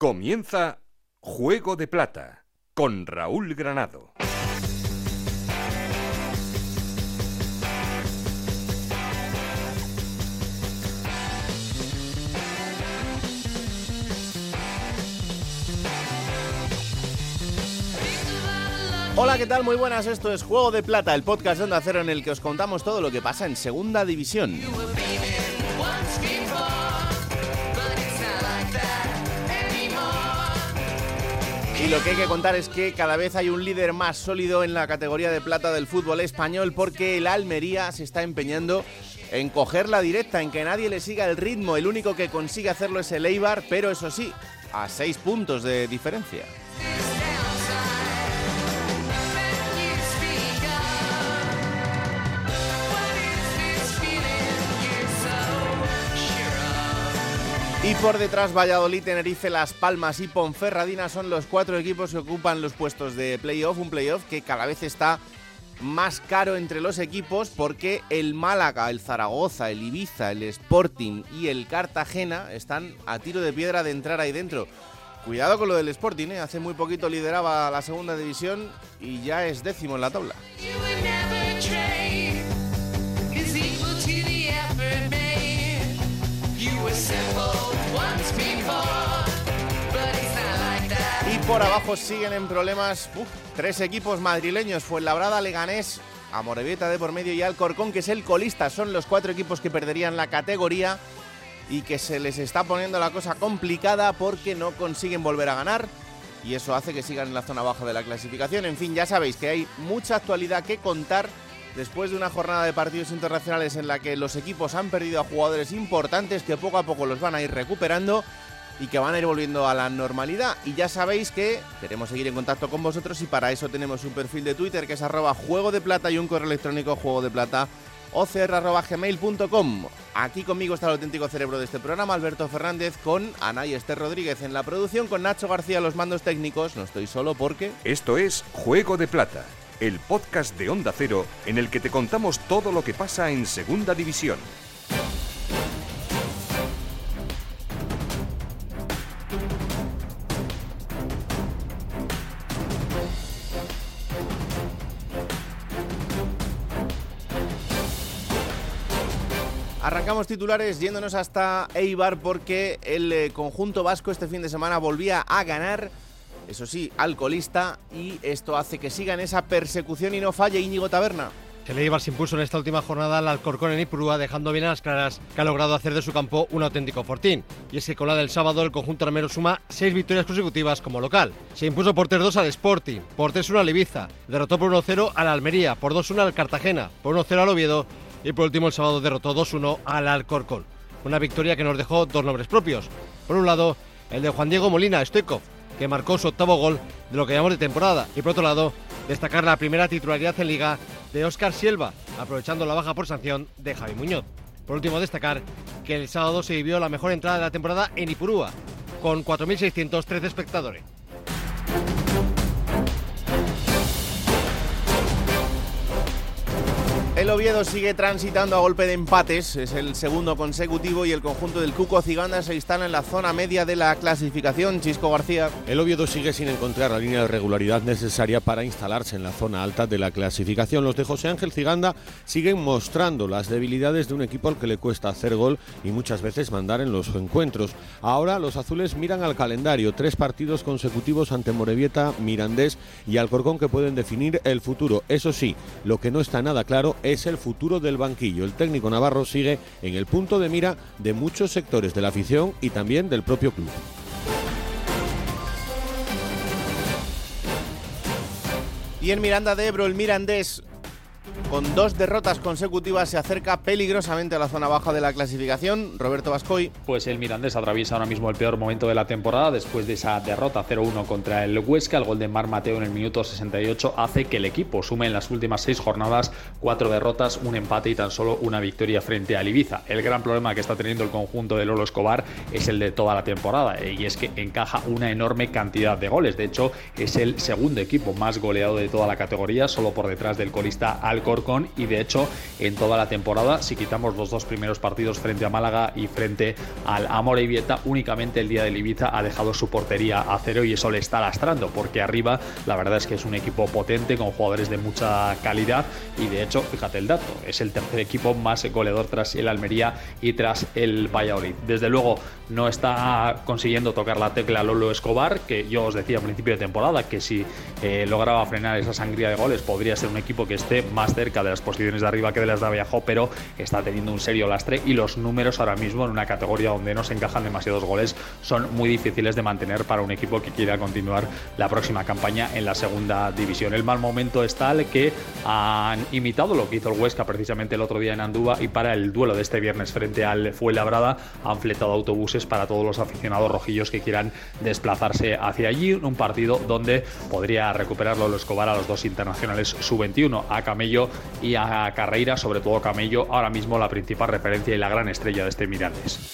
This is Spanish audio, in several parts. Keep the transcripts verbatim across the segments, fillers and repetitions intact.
Comienza Juego de Plata con Raúl Granado. Hola, ¿qué tal? Muy buenas, esto es Juego de Plata, el podcast de Onda Cero en el que os contamos todo lo que pasa en Segunda División. Y lo que hay que contar es que cada vez hay un líder más sólido en la categoría de plata del fútbol español, porque el Almería se está empeñando en coger la directa, en que nadie le siga el ritmo. El único que consigue hacerlo es el Eibar, pero eso sí, a seis puntos de diferencia. Y por detrás, Valladolid, Tenerife, Las Palmas y Ponferradina son los cuatro equipos que ocupan los puestos de playoff, un playoff que cada vez está más caro entre los equipos porque el Málaga, el Zaragoza, el Ibiza, el Sporting y el Cartagena están a tiro de piedra de entrar ahí dentro. Cuidado con lo del Sporting, ¿eh? Hace muy poquito lideraba la segunda división y ya es décimo en la tabla. Y por abajo siguen en problemas uf, tres equipos madrileños: Fuenlabrada, Leganés, Amorebieta de por medio y Alcorcón, que es el colista. Son los cuatro equipos que perderían la categoría y que se les está poniendo la cosa complicada porque no consiguen volver a ganar, y eso hace que sigan en la zona baja de la clasificación. En fin, ya sabéis que hay mucha actualidad que contar después de una jornada de partidos internacionales en la que los equipos han perdido a jugadores importantes que poco a poco los van a ir recuperando y que van a ir volviendo a la normalidad. Y ya sabéis que queremos seguir en contacto con vosotros y para eso tenemos un perfil de Twitter que es arroba juego de plata y un correo electrónico juego de plata ocr arroba gmail punto com. Aquí conmigo está el auténtico cerebro de este programa, Alberto Fernández, con Ana y Esther Rodríguez en la producción, con Nacho García los mandos técnicos. No estoy solo porque... Esto es Juego de Plata, el podcast de Onda Cero en el que te contamos todo lo que pasa en Segunda División. Arrancamos titulares yéndonos hasta Eibar porque el eh, conjunto vasco este fin de semana volvía a ganar, eso sí, al colista, y esto hace que siga en esa persecución y no falle Íñigo Taberna. El Eibar se impuso en esta última jornada al Alcorcón en Ipurúa, dejando bien a las claras que ha logrado hacer de su campo un auténtico fortín. Y es que con la del sábado el conjunto armero suma seis victorias consecutivas como local. Se impuso por tres dos al Sporting, por tres uno al Ibiza, derrotó por uno cero al Almería, por dos uno al Cartagena, por uno cero al Oviedo y por último el sábado derrotó dos uno al Alcorcón. Una victoria que nos dejó dos nombres propios. Por un lado, el de Juan Diego Molina Stoikov, que marcó su octavo gol de lo que llamamos de temporada. Y por otro lado, destacar la primera titularidad en Liga de Óscar Silva, aprovechando la baja por sanción de Javi Muñoz. Por último, destacar que el sábado se vivió la mejor entrada de la temporada en Ipurúa, con cuatro mil seiscientos trece espectadores. El Oviedo sigue transitando a golpe de empates, es el segundo consecutivo y el conjunto del Cuco Ciganda se instala en la zona media de la clasificación. Chisco García. El Oviedo sigue sin encontrar la línea de regularidad necesaria para instalarse en la zona alta de la clasificación. Los de José Ángel Ciganda siguen mostrando las debilidades de un equipo al que le cuesta hacer gol y muchas veces mandar en los encuentros. Ahora los azules miran al calendario, tres partidos consecutivos ante Amorebieta, Mirandés y Alcorcón que pueden definir el futuro. Eso sí, lo que no está nada claro es es el futuro del banquillo. El técnico navarro sigue en el punto de mira de muchos sectores de la afición y también del propio club. Y en Miranda de Ebro, el Mirandés, con dos derrotas consecutivas, se acerca peligrosamente a la zona baja de la clasificación. Roberto Bascoy. Pues el Mirandés atraviesa ahora mismo el peor momento de la temporada después de esa derrota cero uno contra el Huesca. El gol de Mar Mateo en el minuto sesenta y ocho hace que el equipo sume en las últimas seis jornadas cuatro derrotas, un empate y tan solo una victoria frente al Ibiza. El gran problema que está teniendo el conjunto de Lolo Escobar es el de toda la temporada, y es que encaja una enorme cantidad de goles. De hecho, es el segundo equipo más goleado de toda la categoría, solo por detrás del colista Alcorcón Alcorcón y de hecho en toda la temporada, si quitamos los dos primeros partidos frente a Málaga y frente al Amorebieta, únicamente el día del Ibiza ha dejado su portería a cero y eso le está lastrando porque arriba la verdad es que es un equipo potente con jugadores de mucha calidad y de hecho, fíjate el dato, es el tercer equipo más goleador tras el Almería y tras el Valladolid. Desde luego no está consiguiendo tocar la tecla Lolo Escobar, que yo os decía a principio de temporada que si eh, lograba frenar esa sangría de goles podría ser un equipo que esté más cerca de las posiciones de arriba que de las de abajo, pero está teniendo un serio lastre y los números ahora mismo en una categoría donde no se encajan demasiados goles son muy difíciles de mantener para un equipo que quiera continuar la próxima campaña en la segunda división. El mal momento es tal que han imitado lo que hizo el Huesca precisamente el otro día en Andúba y para el duelo de este viernes frente al Fuenlabrada han fletado autobuses para todos los aficionados rojillos que quieran desplazarse hacia allí, un partido donde podría recuperarlo Lolo Escobar a los dos internacionales sub veintiuno, a Camello y a Carreira, sobre todo Camello, ahora mismo la principal referencia y la gran estrella de este Mirandés.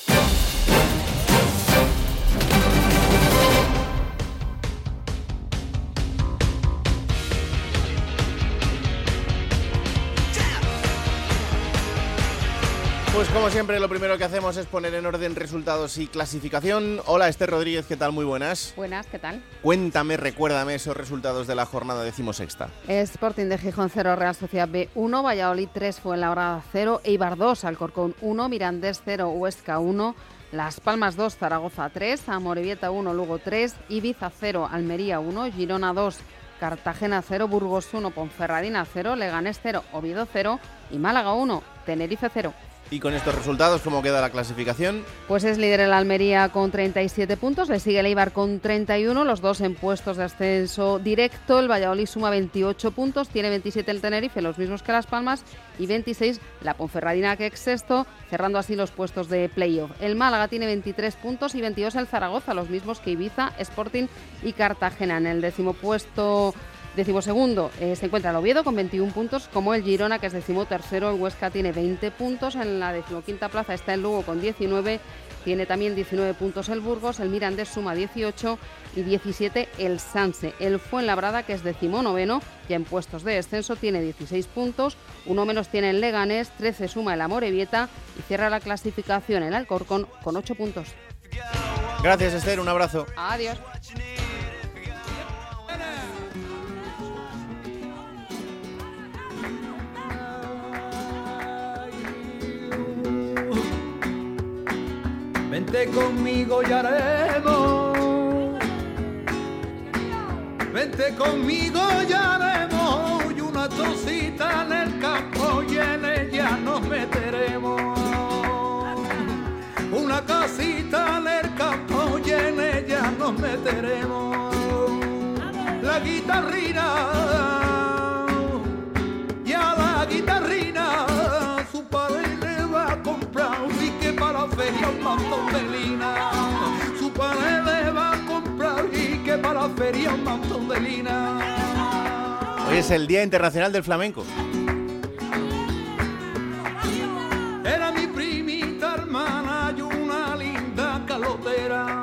Pues como siempre, lo primero que hacemos es poner en orden resultados y clasificación. Hola, Esther Rodríguez, ¿qué tal? Muy buenas. Buenas, ¿qué tal? Cuéntame, recuérdame esos resultados de la jornada decimosexta. Sporting de Gijón cero, Real Sociedad B uno, Valladolid tres, Fuenlabrada cero, Eibar dos, Alcorcón uno, Mirandés cero, Huesca uno, Las Palmas dos, Zaragoza tres, Amorebieta uno, Lugo tres, Ibiza cero, Almería uno, Girona dos, Cartagena cero, Burgos uno, Ponferradina cero, Leganés cero, Oviedo cero y Málaga uno, Tenerife cero. Y con estos resultados, ¿cómo queda la clasificación? Pues es líder el Almería con treinta y siete puntos, le sigue el Eibar con treinta y uno, los dos en puestos de ascenso directo. El Valladolid suma veintiocho puntos, tiene veintisiete el Tenerife, los mismos que Las Palmas, y veintiséis la Ponferradina, que es sexto, cerrando así los puestos de playoff. El Málaga tiene veintitrés puntos y veintidós el Zaragoza, los mismos que Ibiza, Sporting y Cartagena. En el décimo puesto... Decimosegundo eh, se encuentra el Oviedo con veintiún puntos, como el Girona, que es decimotercero. El Huesca tiene veinte puntos. En la decimoquinta plaza está el Lugo con diecinueve. Tiene también diecinueve puntos el Burgos. El Mirandés suma dieciocho y diecisiete el Sanse. El Fuenlabrada, que es decimonoveno, ya en puestos de descenso, tiene dieciséis puntos. Uno menos tiene el Leganés, trece suma el Amorebieta y cierra la clasificación el Alcorcón con ocho puntos. Gracias, Esther. Un abrazo. Adiós. Vente conmigo y haremos, vente conmigo y haremos y una tosita en el campo y en ella nos meteremos. Una casita en el campo y en ella nos meteremos. La guitarrina y a la guitarrina su padre le va a comprar un ticket para la feria, un montón de lina. Su padre le va a comprar un ticket para la feria, un montón de lina. Hoy es el Día Internacional del Flamenco. Era mi primita hermana y una linda calotera.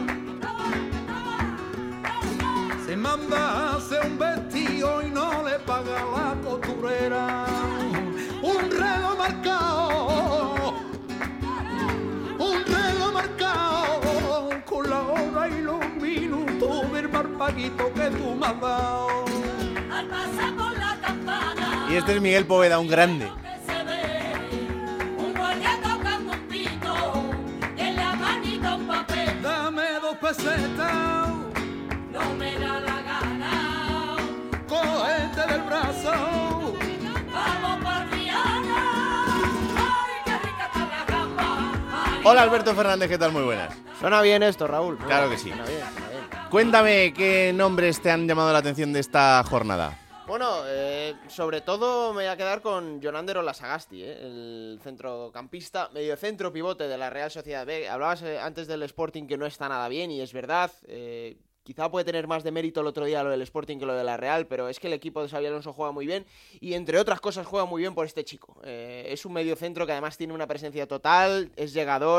Se manda a hacer un vestido y no le paga la costurera. Un reloj marcado, un reloj marcado, con la hora y los minutos del barpaguito que tú me has dado. Al pasar por la campana. Y este es Miguel Poveda, un grande. Un guardia tocando un pito, en la manita un papel. Dame dos pesetas, no me da la gana. Cógete del brazo, vamos para Viana. Ay, qué rica está la gamba. Ay, Hola, Alberto Fernández, ¿qué tal? Muy buenas. Suena bien esto, Raúl. Muy Claro bien, que sí. Suena bien, suena bien. Cuéntame qué nombres te han llamado la atención de esta jornada. Bueno, eh, sobre todo me voy a quedar con Jonander Olasagasti, eh, el centrocampista, mediocentro pivote de la Real Sociedad B. Hablabas eh, antes del Sporting que no está nada bien y es verdad. Eh, quizá puede tener más de mérito el otro día lo del Sporting que lo de la Real, pero es que el equipo de Xabi Alonso juega muy bien y entre otras cosas juega muy bien por este chico. Eh, es un mediocentro que además tiene una presencia total, es llegador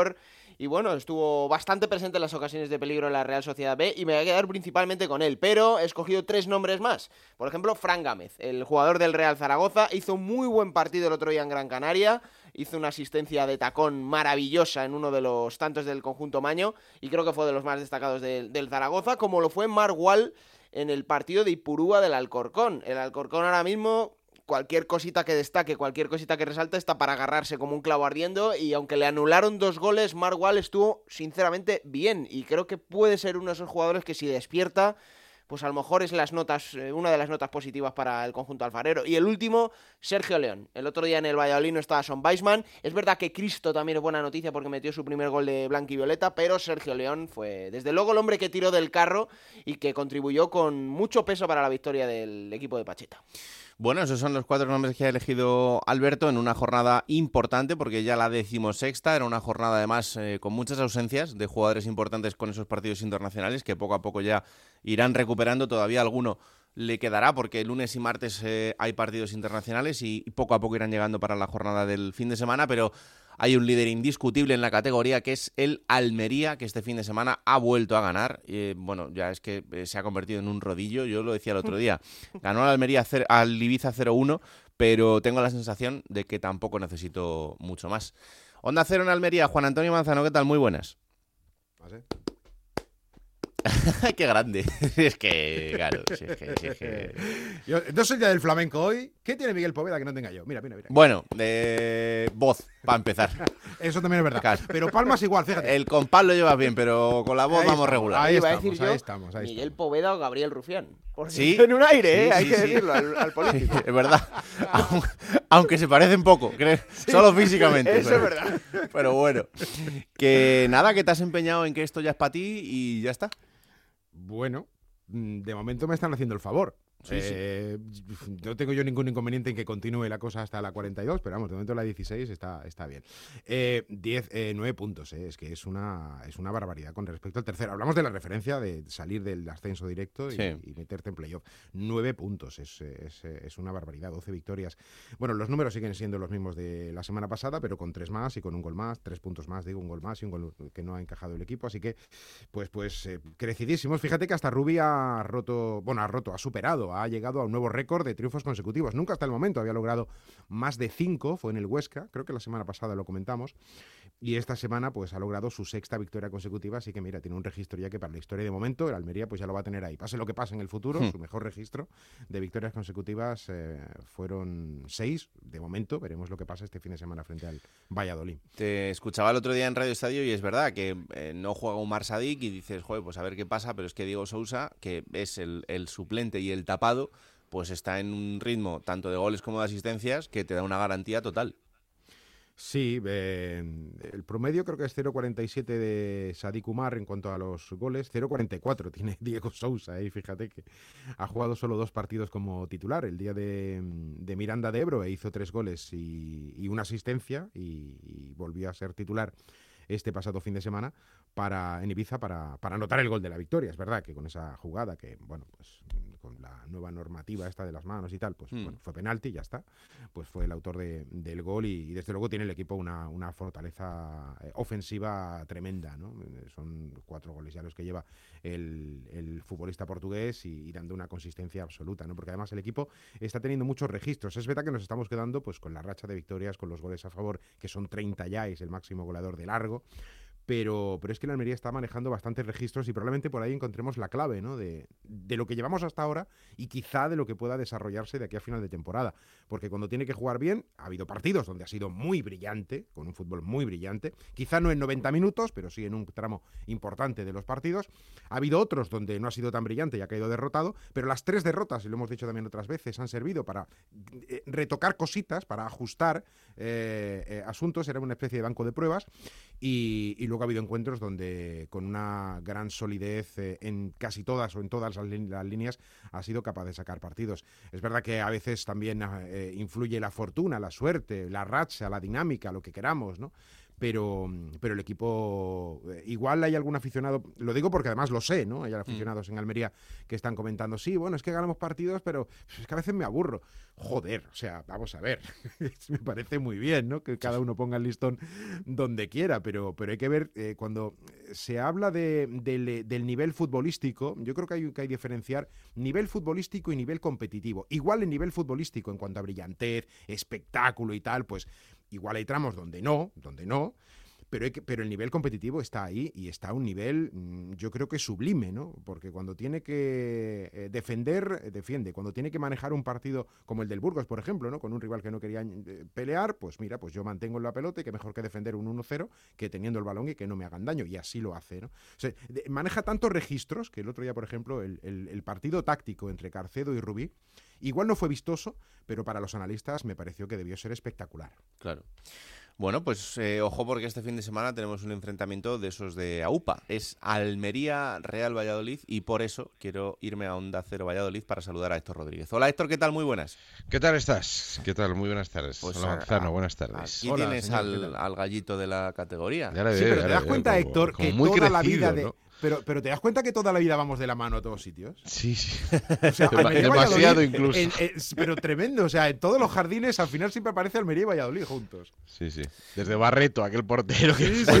y bueno, estuvo bastante presente en las ocasiones de peligro en la Real Sociedad B y me voy a quedar principalmente con él, pero he escogido tres nombres más. Por ejemplo, Fran Gámez, el jugador del Real Zaragoza, hizo un muy buen partido el otro día en Gran Canaria, hizo una asistencia de tacón maravillosa en uno de los tantos del conjunto maño y creo que fue de los más destacados de, del Zaragoza, como lo fue Marc Wall en el partido de Ipurúa del Alcorcón. El Alcorcón ahora mismo, cualquier cosita que destaque, cualquier cosita que resalte está para agarrarse como un clavo ardiendo, y aunque le anularon dos goles, Marc Wall estuvo sinceramente bien y creo que puede ser uno de esos jugadores que si despierta, pues a lo mejor es las notas, una de las notas positivas para el conjunto alfarero. Y el último, Sergio León. El otro día en el Valladolid no estaba Son Weisman. Es verdad que Cristo también es buena noticia porque metió su primer gol de blanquivioleta, pero Sergio León fue desde luego el hombre que tiró del carro y que contribuyó con mucho peso para la victoria del equipo de Pacheta. Bueno, esos son los cuatro nombres que ha elegido Alberto en una jornada importante, porque ya la decimosexta era una jornada además eh, con muchas ausencias de jugadores importantes con esos partidos internacionales que poco a poco ya irán recuperando. Todavía alguno le quedará porque lunes y martes eh, hay partidos internacionales y, y poco a poco irán llegando para la jornada del fin de semana, pero hay un líder indiscutible en la categoría que es el Almería, que este fin de semana ha vuelto a ganar. Eh, bueno, ya es que eh, se ha convertido en un rodillo, yo lo decía el otro día. Ganó al Almería al Ibiza cero uno, pero tengo la sensación de que tampoco necesito mucho más. Onda Cero en Almería, Juan Antonio Manzano, ¿qué tal? Muy buenas. ¡Qué grande! Es que, claro, sí, es que, sí, es que... Yo no soy ya del flamenco hoy. ¿Qué tiene Miguel Poveda que no tenga yo? Mira, mira, mira. Bueno, de voz, para empezar. Eso también es verdad. Claro. Pero palmas igual, fíjate. El compás lo llevas bien, pero con la voz Ahí vamos estamos, regular. Ahí Iba a estamos, decir ahí yo, estamos, ahí Miguel estamos. Poveda o Gabriel Rufián. Por Sí. en un aire, ¿eh? Sí, Hay sí, que sí. decirlo al, al político. Es verdad. Aun- Aunque se parecen poco, creo. Solo físicamente. Eso pero, es verdad. Pero bueno. Que nada, que te has empeñado en que esto ya es para ti y ya está. Bueno, de momento me están haciendo el favor. Sí, eh, no tengo yo ningún inconveniente en que continúe la cosa hasta la cuarenta y dos, pero vamos, de momento la dieciséis está, está bien. Eh, diez, eh, nueve puntos, eh, es que es una, es una barbaridad con respecto al tercero. Hablamos de la referencia de salir del ascenso directo y, Sí. y meterte en playoff. Nueve puntos, es, es, es una barbaridad, doce victorias. Bueno, los números siguen siendo los mismos de la semana pasada, pero con tres más y con un gol más, tres puntos más, digo, un gol más y un gol que no ha encajado el equipo, así que pues, pues eh, crecidísimos. Fíjate que hasta Rubi ha roto, bueno, ha roto, ha superado, ha llegado a un nuevo récord de triunfos consecutivos. Nunca hasta el momento había logrado más de cinco, fue en el Huesca, creo que la semana pasada lo comentamos, y esta semana pues ha logrado su sexta victoria consecutiva, así que mira, tiene un registro ya que para la historia de momento, el Almería pues ya lo va a tener ahí. Pase lo que pase en el futuro, Hmm. su mejor registro de victorias consecutivas eh, fueron seis, de momento, veremos lo que pasa este fin de semana frente al Valladolid. Te escuchaba el otro día en Radio Estadio y es verdad que eh, no juega Umar Sadik y dices, joder, pues a ver qué pasa, pero es que Diego Sousa, que es el, el suplente y el tapado, pues está en un ritmo tanto de goles como de asistencias que te da una garantía total. Sí, eh, el promedio creo que es cero coma cuarenta y siete de Sadik Umar en cuanto a los goles, cero coma cuarenta y cuatro tiene Diego Sousa, y eh, fíjate que ha jugado solo dos partidos como titular, el día de, de Miranda de Ebro, e hizo tres goles y, y una asistencia y, y volvió a ser titular este pasado fin de semana para en Ibiza para, para anotar el gol de la victoria. Es verdad que con esa jugada que, bueno, pues con la nueva normativa esta de las manos y tal, pues Mm. bueno, fue penalti y ya está. Pues fue el autor de, del gol y, y desde luego tiene el equipo una, una fortaleza eh, ofensiva tremenda, ¿no? Eh, Son cuatro goles ya los que lleva el, el futbolista portugués y, y dando una consistencia absoluta, ¿no? Porque además el equipo está teniendo muchos registros. Es verdad que nos estamos quedando pues con la racha de victorias, con los goles a favor, que son treinta ya, es el máximo goleador de largo. Pero, pero es que la Almería está manejando bastantes registros y probablemente por ahí encontremos la clave, ¿no? de, de lo que llevamos hasta ahora y quizá de lo que pueda desarrollarse de aquí a final de temporada. Porque cuando tiene que jugar bien, ha habido partidos donde ha sido muy brillante, con un fútbol muy brillante, quizá no en noventa minutos, pero sí en un tramo importante de los partidos. Ha habido otros donde no ha sido tan brillante y ha caído derrotado, pero las tres derrotas, y lo hemos dicho también otras veces, han servido para eh, retocar cositas, para ajustar eh, eh, asuntos, era una especie de banco de pruebas y, y luego ha habido encuentros donde con una gran solidez eh, en casi todas o en todas las, las líneas ha sido capaz de sacar partidos. Es verdad que a veces también eh, influye la fortuna, la suerte, la racha, la dinámica, lo que queramos, ¿no? pero, pero el equipo, igual hay algún aficionado, lo digo porque además lo sé, ¿no? Hay aficionados mm. en Almería que están comentando, sí, bueno, es que ganamos partidos, pero es que a veces me aburro. Joder, o sea, vamos a ver, me parece muy bien, ¿no? Que cada uno ponga el listón donde quiera, pero, pero hay que ver, eh, cuando se habla de, de, del nivel futbolístico, yo creo que hay que hay diferenciar nivel futbolístico y nivel competitivo. Igual en nivel futbolístico, en cuanto a brillantez, espectáculo y tal, pues igual hay tramos donde no, donde no, pero, hay que, pero el nivel competitivo está ahí y está a un nivel, yo creo que sublime, ¿no? Porque cuando tiene que eh, defender, defiende. Cuando tiene que manejar un partido como el del Burgos, por ejemplo, ¿no? Con un rival que no quería eh, pelear, pues mira, pues yo mantengo la pelota y que mejor que defender un uno cero que teniendo el balón y que no me hagan daño. Y así lo hace, ¿no? O sea, de, maneja tantos registros que el otro día, por ejemplo, el, el, el partido táctico entre Carcedo y Rubí, igual no fue vistoso, pero para los analistas me pareció que debió ser espectacular. Claro. Bueno, pues eh, ojo porque este fin de semana tenemos un enfrentamiento de esos de AUPA. Es Almería-Real Valladolid y por eso quiero irme a Onda Cero Valladolid para saludar a Héctor Rodríguez. Hola Héctor, ¿qué tal? Muy buenas. ¿Qué tal estás? ¿Qué tal? Muy buenas tardes. Pues Hola Manzano, buenas tardes. Aquí Hola, tienes señor, al, al gallito de la categoría. Ya le sí, veo, pero te das cuenta, como, Héctor, como que muy toda crecido, la vida de... ¿no? Pero, pero te das cuenta que toda la vida vamos de la mano a todos sitios. Sí, sí. O sea, Almería, demasiado Valladolid, incluso. En, en, pero tremendo. O sea, en todos los jardines al final siempre aparece Almería y Valladolid juntos. Sí, sí. Desde Barreto, aquel portero que sí, sí,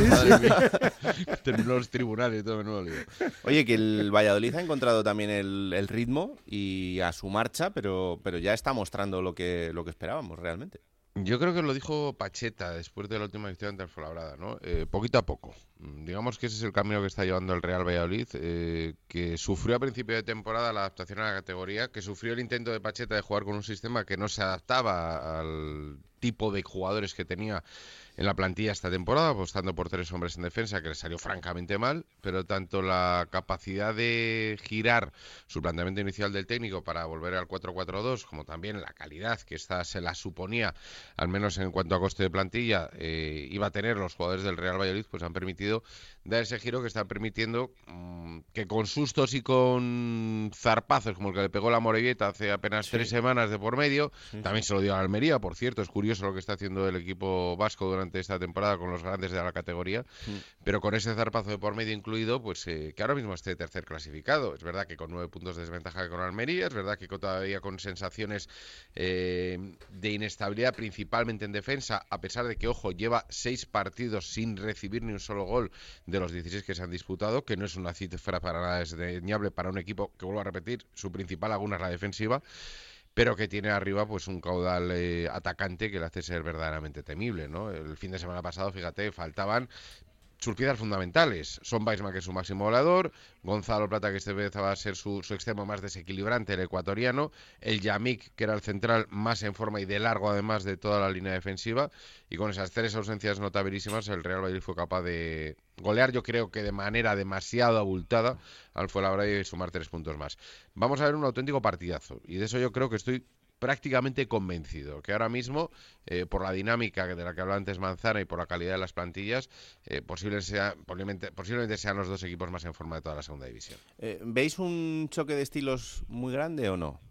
sí. terminó los tribunales y todo menudo lío. Oye, que el Valladolid ha encontrado también el, el ritmo y a su marcha, pero, pero ya está mostrando lo que, lo que esperábamos realmente. Yo creo que lo dijo Pacheta después de la última victoria ante el Fuenlabrada, ¿no? Eh, poquito a poco. Digamos que ese es el camino que está llevando el Real Valladolid, eh, que sufrió a principio de temporada la adaptación a la categoría, que sufrió el intento de Pacheta de jugar con un sistema que no se adaptaba al tipo de jugadores que tenía en la plantilla esta temporada, apostando por tres hombres en defensa, que le salió francamente mal, pero tanto la capacidad de girar su planteamiento inicial del técnico para volver al cuatro cuatro dos, como también la calidad que esta se la suponía, al menos en cuanto a coste de plantilla, eh, iba a tener los jugadores del Real Valladolid, pues han permitido dar ese giro que está permitiendo mmm, que con sustos y con zarpazos, como el que le pegó la Morevieta hace apenas sí. tres semanas de por medio, sí, también sí. se lo dio a Almería, por cierto, es curioso lo que está haciendo el equipo vasco durante esta temporada con los grandes de la categoría, sí. pero con ese zarpazo de por medio incluido, pues eh, que ahora mismo esté tercer clasificado. Es verdad que con nueve puntos de desventaja con Almería, es verdad que todavía con sensaciones eh, de inestabilidad, principalmente en defensa, a pesar de que, ojo, lleva seis partidos sin recibir ni un solo gol de los dieciséis que se han disputado, que no es una cifra para nada desdeñable para un equipo que, vuelvo a repetir, su principal laguna es la defensiva, pero que tiene arriba pues un caudal eh, atacante que le hace ser verdaderamente temible, ¿no? El fin de semana pasado, fíjate, faltaban sus piezas fundamentales. Son Baisma, que es su máximo goleador, Gonzalo Plata, que este vez va a ser su, su extremo más desequilibrante, el ecuatoriano, el Yamik, que era el central más en forma y de largo además de toda la línea defensiva, y con esas tres ausencias notabilísimas el Real Valladolid fue capaz de golear, yo creo que de manera demasiado abultada al Fuenlabrada y sumar tres puntos más. Vamos a ver un auténtico partidazo, y de eso yo creo que estoy prácticamente convencido, que ahora mismo, eh, por la dinámica de la que hablaba antes Manzana y por la calidad de las plantillas, eh, posible sea, posiblemente, posiblemente sean los dos equipos más en forma de toda la segunda división. Eh, ¿Veis un choque de estilos muy grande o no?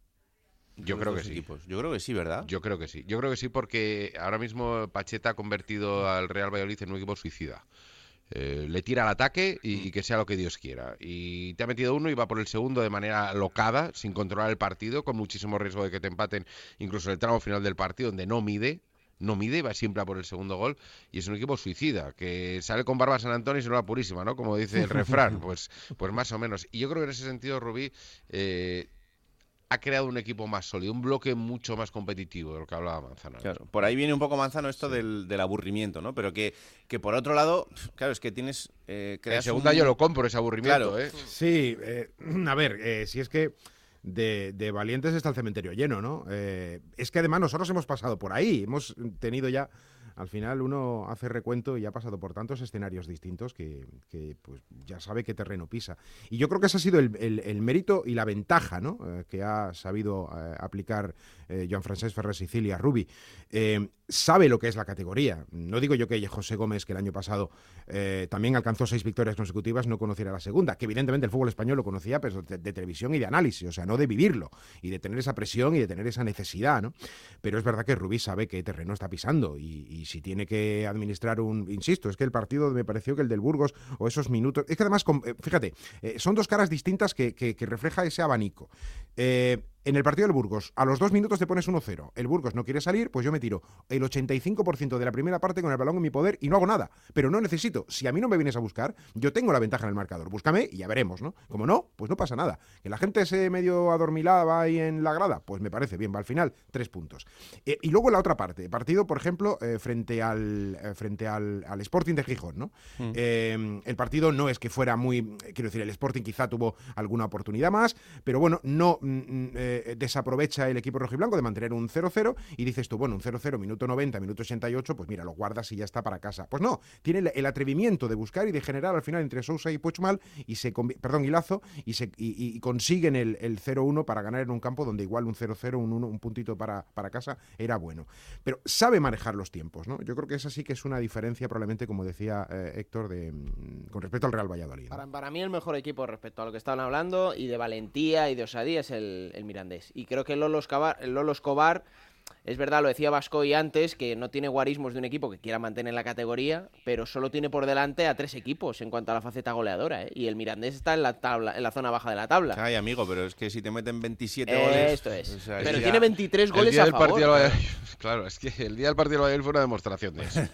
Yo creo que sí. Equipos. Yo creo que sí, ¿verdad? Yo creo que sí. Yo creo que sí porque ahora mismo Pacheta ha convertido al Real Valladolid en un equipo suicida. Eh, le tira al ataque y, y que sea lo que Dios quiera. Y te ha metido uno y va por el segundo de manera locada, sin controlar el partido, con muchísimo riesgo de que te empaten, incluso en el tramo final del partido, donde no mide. No mide, va siempre a por el segundo gol, y es un equipo suicida, que sale con barba San Antonio y se lo da purísima, ¿no? Como dice el refrán, pues, pues más o menos. Y yo creo que en ese sentido, Rubí, eh, ha creado un equipo más sólido, un bloque mucho más competitivo de lo que hablaba Manzano. Claro, por ahí viene un poco Manzano esto sí. del, del aburrimiento, ¿no? Pero que, que por otro lado, claro, es que tienes... Eh, en segunda un... yo lo compro, ese aburrimiento, claro. ¿eh? Sí, eh, a ver, eh, si es que de, de valientes está el cementerio lleno, ¿no? Eh, es que además nosotros hemos pasado por ahí, hemos tenido ya... Al final uno hace recuento y ha pasado por tantos escenarios distintos que, que pues ya sabe qué terreno pisa. Y yo creo que ese ha sido el, el, el mérito y la ventaja, ¿no? eh, que ha sabido eh, aplicar eh, Joan-Francesc Ferrer Sicilia, Rubi. Eh, sabe lo que es la categoría. No digo yo que José Gómez, que el año pasado eh, también alcanzó seis victorias consecutivas, no conociera la segunda, que evidentemente el fútbol español lo conocía, pero de, de televisión y de análisis, o sea, no de vivirlo, y de tener esa presión y de tener esa necesidad, ¿no? Pero es verdad que Rubi sabe qué terreno está pisando y, y si tiene que administrar un... Insisto, es que el partido me pareció que el del Burgos, o esos minutos... Es que además, fíjate, eh, son dos caras distintas que, que, que refleja ese abanico. Eh, en el partido del Burgos, a los dos minutos te pones uno cero. El Burgos no quiere salir, pues yo me tiro el ochenta y cinco por ciento de la primera parte con el balón en mi poder y no hago nada. Pero no necesito. Si a mí no me vienes a buscar, yo tengo la ventaja en el marcador. Búscame y ya veremos, ¿no? Como no, pues no pasa nada. Que la gente se medio adormilaba ahí en la grada, pues me parece bien. Va al final, tres puntos. Eh, y luego la otra parte. Partido, por ejemplo, eh, frente al eh, frente al, al Sporting de Gijón, ¿no? Mm. Eh, el partido no es que fuera muy... Quiero decir, el Sporting quizá tuvo alguna oportunidad más, pero bueno, no... Mm, eh, desaprovecha el equipo rojiblanco de mantener un cero cero y dices tú, bueno, un cero cero, minuto noventa, minuto ochenta y ocho, pues mira, lo guardas y ya está para casa. Pues no, tiene el, el atrevimiento de buscar y de generar al final entre Sousa y Puigmal y se, perdón, y Lazo y, se, y, y consiguen el, el cero uno para ganar en un campo donde igual un cero cero, un uno, un puntito para, para casa era bueno. Pero sabe manejar los tiempos, ¿no? Yo creo que esa sí que es una diferencia probablemente, como decía eh, Héctor, de, con respecto al Real Valladolid, ¿no? Para, para mí el mejor equipo respecto a lo que estaban hablando y de valentía y de osadía es el, el Mirandés. Y creo que el Lolo Escobar, el Lolo Escobar, es verdad, lo decía Bascoy antes, que no tiene guarismos de un equipo que quiera mantener la categoría, pero solo tiene por delante a tres equipos en cuanto a la faceta goleadora, ¿eh? Y el Mirandés está en la tabla, en la zona baja de la tabla. Ay, amigo, pero es que si te meten veintisiete eh, goles... Esto es. O sea, pero ya... tiene veintitrés goles a favor. Partido del claro, es que el día del partido del Valladolid fue una demostración de eso.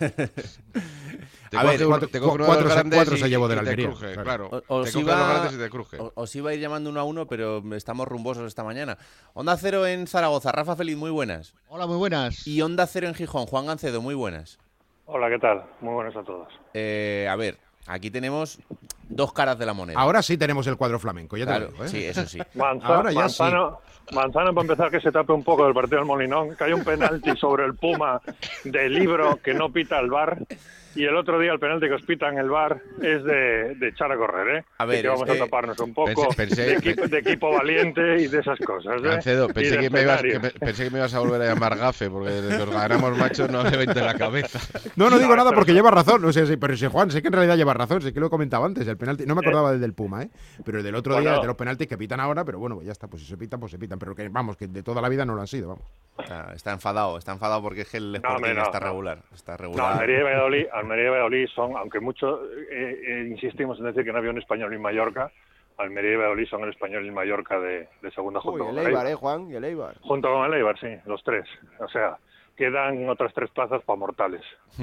Te a ver, cuatro, te cuatro, cuatro, se, cuatro se llevó de la Almería. Cruje, claro. claro. O, te os, coge iba, los grandes y te cruje. O, os iba a ir llamando uno a uno, pero estamos rumbosos esta mañana. Onda Cero en Zaragoza, Rafa Feliz, muy buenas. Hola, muy buenas. Y Onda Cero en Gijón, Juan Gancedo, muy buenas. Hola, ¿qué tal? Muy buenas a todos. Eh, a ver, aquí tenemos dos caras de la moneda. Ahora sí tenemos el cuadro flamenco, ya te claro, lo digo, ¿eh? Sí, eso sí. Manza, Ahora ya Manzano, sí. Manzano, para empezar, que se tape un poco del partido del Molinón, que hay un penalti sobre el Puma de Libro que no pita el V A R. Y el otro día el penalti que os pita en el V A R es de, de echar a correr, ¿eh? A ver, que vamos es que... a taparnos un poco pensé, pensé, de, equipo, de equipo valiente y de esas cosas, ¿eh? Gancedo, pensé, que me ibas, que me, pensé que me ibas a volver a llamar gafe, porque desde que os ganamos, macho, no le vente la cabeza. No, no digo no, nada porque lleva razón. O sea, sí, pero si Juan, sé que en realidad lleva razón, sé que lo he comentado antes, el penalti, no me acordaba del del Puma, ¿eh? Pero el del otro bueno, día, de los penaltis que pitan ahora, pero bueno, ya está, pues si se pitan, pues se pitan. Pero que vamos, que de toda la vida no lo han sido, vamos. Está, está enfadado, está enfadado porque es que el Sporting no, no, está no. regular. Está regular. No, Almería y Valladolid, Almería y Valladolid son, aunque mucho eh, eh, insistimos en decir que no había un español en Mallorca, Almería y Valladolid son el español en Mallorca de, de segunda junto Uy, con el Eibar, ¿eh, Juan? Y el Eibar. Junto con el Eibar, sí, los tres. O sea, quedan otras tres plazas para mortales.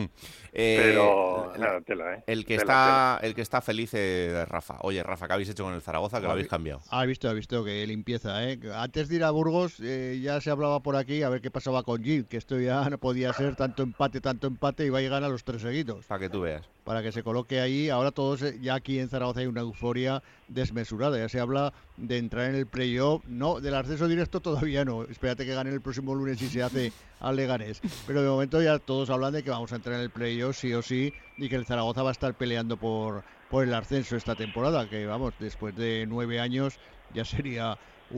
Eh, Pero, la, nada, tela, ¿eh? El que, tela, está, tela. el que está feliz es Rafa. Oye, Rafa, ¿qué habéis hecho con el Zaragoza? Que lo habéis cambiado. Ha visto, ha visto que limpieza, ¿eh? Antes de ir a Burgos eh, ya se hablaba por aquí a ver qué pasaba con Gil, que esto ya no podía ser tanto empate, tanto empate, y va a llegar a los tres seguidos. Para que tú veas. Para que se coloque ahí. Ahora todos, ya aquí en Zaragoza hay una euforia desmesurada. Ya se habla de entrar en el playoff. No, del ascenso directo todavía no. Espérate que gane el próximo lunes si se hace al Leganés. Pero de momento ya todos hablan de que vamos a entrar en el playoff sí o sí y que el Zaragoza va a estar peleando por, por el ascenso esta temporada. Que vamos, después de nueve años ya sería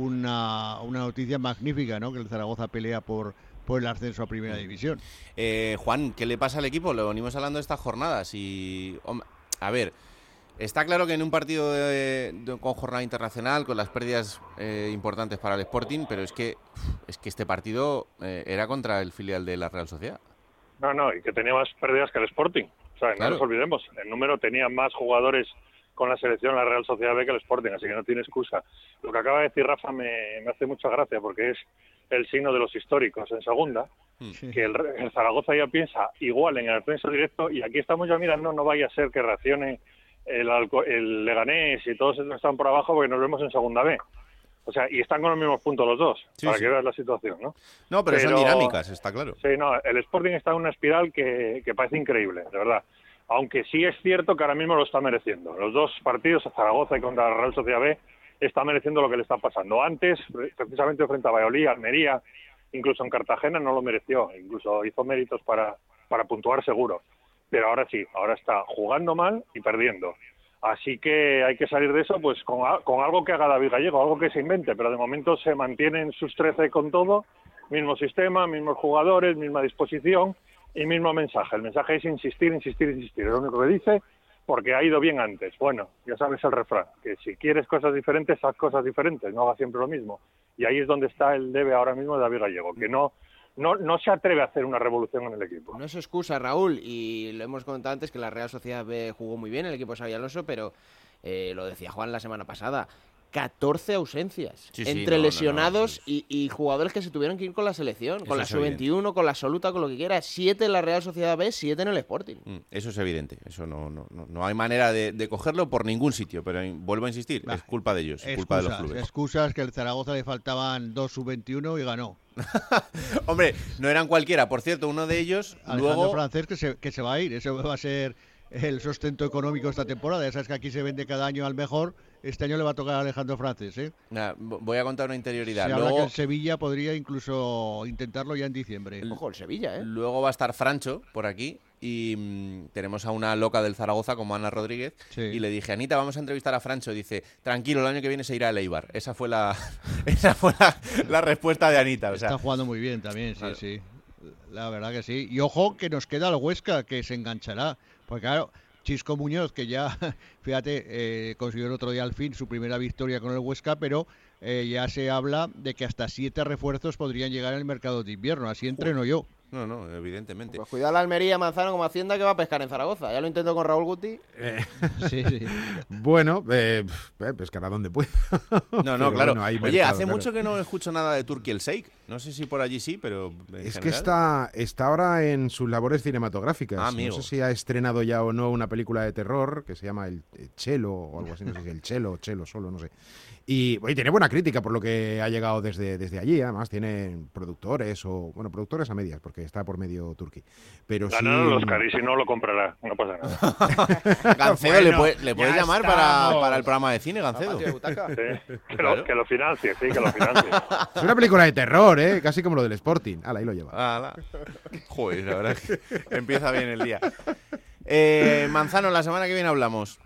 una, una noticia magnífica, ¿no? Que el Zaragoza pelea por... por el ascenso a Primera División. Eh, Juan, ¿qué le pasa al equipo? Lo venimos hablando de estas jornadas y... A ver, está claro que en un partido de, de, con jornada internacional, con las pérdidas eh, importantes para el Sporting, pero es que es que este partido eh, era contra el filial de la Real Sociedad. No, no, y que tenía más pérdidas que el Sporting. O sea, claro. No nos olvidemos, el número tenía más jugadores con la selección la Real Sociedad B que el Sporting, así que no tiene excusa. Lo que acaba de decir Rafa me, me hace mucha gracia, porque es el signo de los históricos en segunda, sí. que el, el Zaragoza ya piensa igual en el ascenso directo, y aquí estamos ya mirando, no vaya a ser que reaccione el, el Leganés y todos estos están por abajo porque nos vemos en segunda B. O sea, y están con los mismos puntos los dos, sí, para sí. que veas la situación, ¿no? No, pero, pero son dinámicas, está claro. Sí, no, el Sporting está en una espiral que, que parece increíble, de verdad. Aunque sí es cierto que ahora mismo lo está mereciendo. Los dos partidos, a Zaragoza y contra la Real Sociedad B, está mereciendo lo que le está pasando. Antes, precisamente frente a Valladolid, Almería, incluso en Cartagena no lo mereció. Incluso hizo méritos para, para puntuar seguro. Pero ahora sí, ahora está jugando mal y perdiendo. Así que hay que salir de eso pues con, con algo que haga David Gallego, algo que se invente. Pero de momento se mantienen sus trece con todo, mismo sistema, mismos jugadores, misma disposición y mismo mensaje. El mensaje es insistir, insistir, insistir. Es lo único que dice, porque ha ido bien antes. Bueno, ya sabes el refrán, que si quieres cosas diferentes, haz cosas diferentes, no hagas siempre lo mismo. Y ahí es donde está el debe ahora mismo de David Gallego, que no no, no se atreve a hacer una revolución en el equipo. No es excusa, Raúl, y lo hemos comentado antes que la Real Sociedad B jugó muy bien, el equipo de Xabi Alonso, pero eh, lo decía Juan la semana pasada, catorce ausencias Sí, sí, entre no, lesionados no, no, y, y jugadores que se tuvieron que ir con la selección, Eso con la es sub veintiuno, con la absoluta, con lo que quiera. Siete en la Real Sociedad B, siete en el Sporting. Mm, Eso es evidente, eso no, no, no, no hay manera de, de cogerlo por ningún sitio, pero eh, vuelvo a insistir, Bah, es culpa de ellos, es excusas, culpa de los clubes. Excusas que al Zaragoza le faltaban dos sub veintiuno y ganó. Hombre, no eran cualquiera, por cierto, uno de ellos Alejandro luego... Francés que se, que se va a ir, eso va a ser el sustento económico esta temporada. Ya sabes que aquí se vende cada año al mejor. Este año le va a tocar a Alejandro Francés, ¿eh? Nah, voy a contar una interioridad. Se habla Luego, que el Sevilla podría incluso intentarlo ya en diciembre. Ojo, el Sevilla, ¿eh? luego va a estar Francho por aquí y mm, tenemos a una loca del Zaragoza como Ana Rodríguez Sí. y le dije, Anita, vamos a entrevistar a Francho. Y dice, tranquilo, el año que viene se irá a Eibar. Esa fue la, esa fue la, la respuesta de Anita. O sea, Está jugando muy bien también, sí, Claro. sí. La verdad que sí. Y ojo que nos queda el Huesca, que se enganchará. Porque claro, Chisco Muñoz, que ya, fíjate, eh, consiguió el otro día al fin su primera victoria con el Huesca, pero eh, ya se habla de que hasta siete refuerzos podrían llegar en el mercado de invierno. Así entreno yo. no, no, evidentemente. Pues cuidado la Almería, Manzano como Hacienda que va a pescar en Zaragoza. Ya lo intento con Raúl Guti. Sí, sí. Bueno, eh, eh, pescar a donde pueda. No, no, Pero claro. bueno, hay Oye, mercado, hace claro. mucho que no escucho nada de Turkey el Sheikh. No sé si por allí sí, pero en Es que general- está, está ahora en sus labores cinematográficas. Ah, amigo. No sé si ha estrenado ya o no una película de terror que se llama El eh, Chelo o algo así, no sé si El Chelo o Chelo solo, no sé. Y oye, tiene buena crítica por lo que ha llegado desde, desde allí. Además, tiene productores o, bueno, productores a medias, porque está por medio Turkey. Pero sí... Ganaron los Oscar y si no lo comprará, no pasa nada. Gancedo, ¿le, Bueno, puede- le puedes ya llamar para, estamos. para el programa de cine, Gancedo? Patio de butaca. Sí, que, Claro. lo, que lo financie, sí, que lo financie. Es una película de terror, ¿eh? Casi como lo del Sporting. Ala, ahí lo lleva. Ala. Joder, la verdad es que empieza bien el día. Eh, Manzano, la semana que viene hablamos.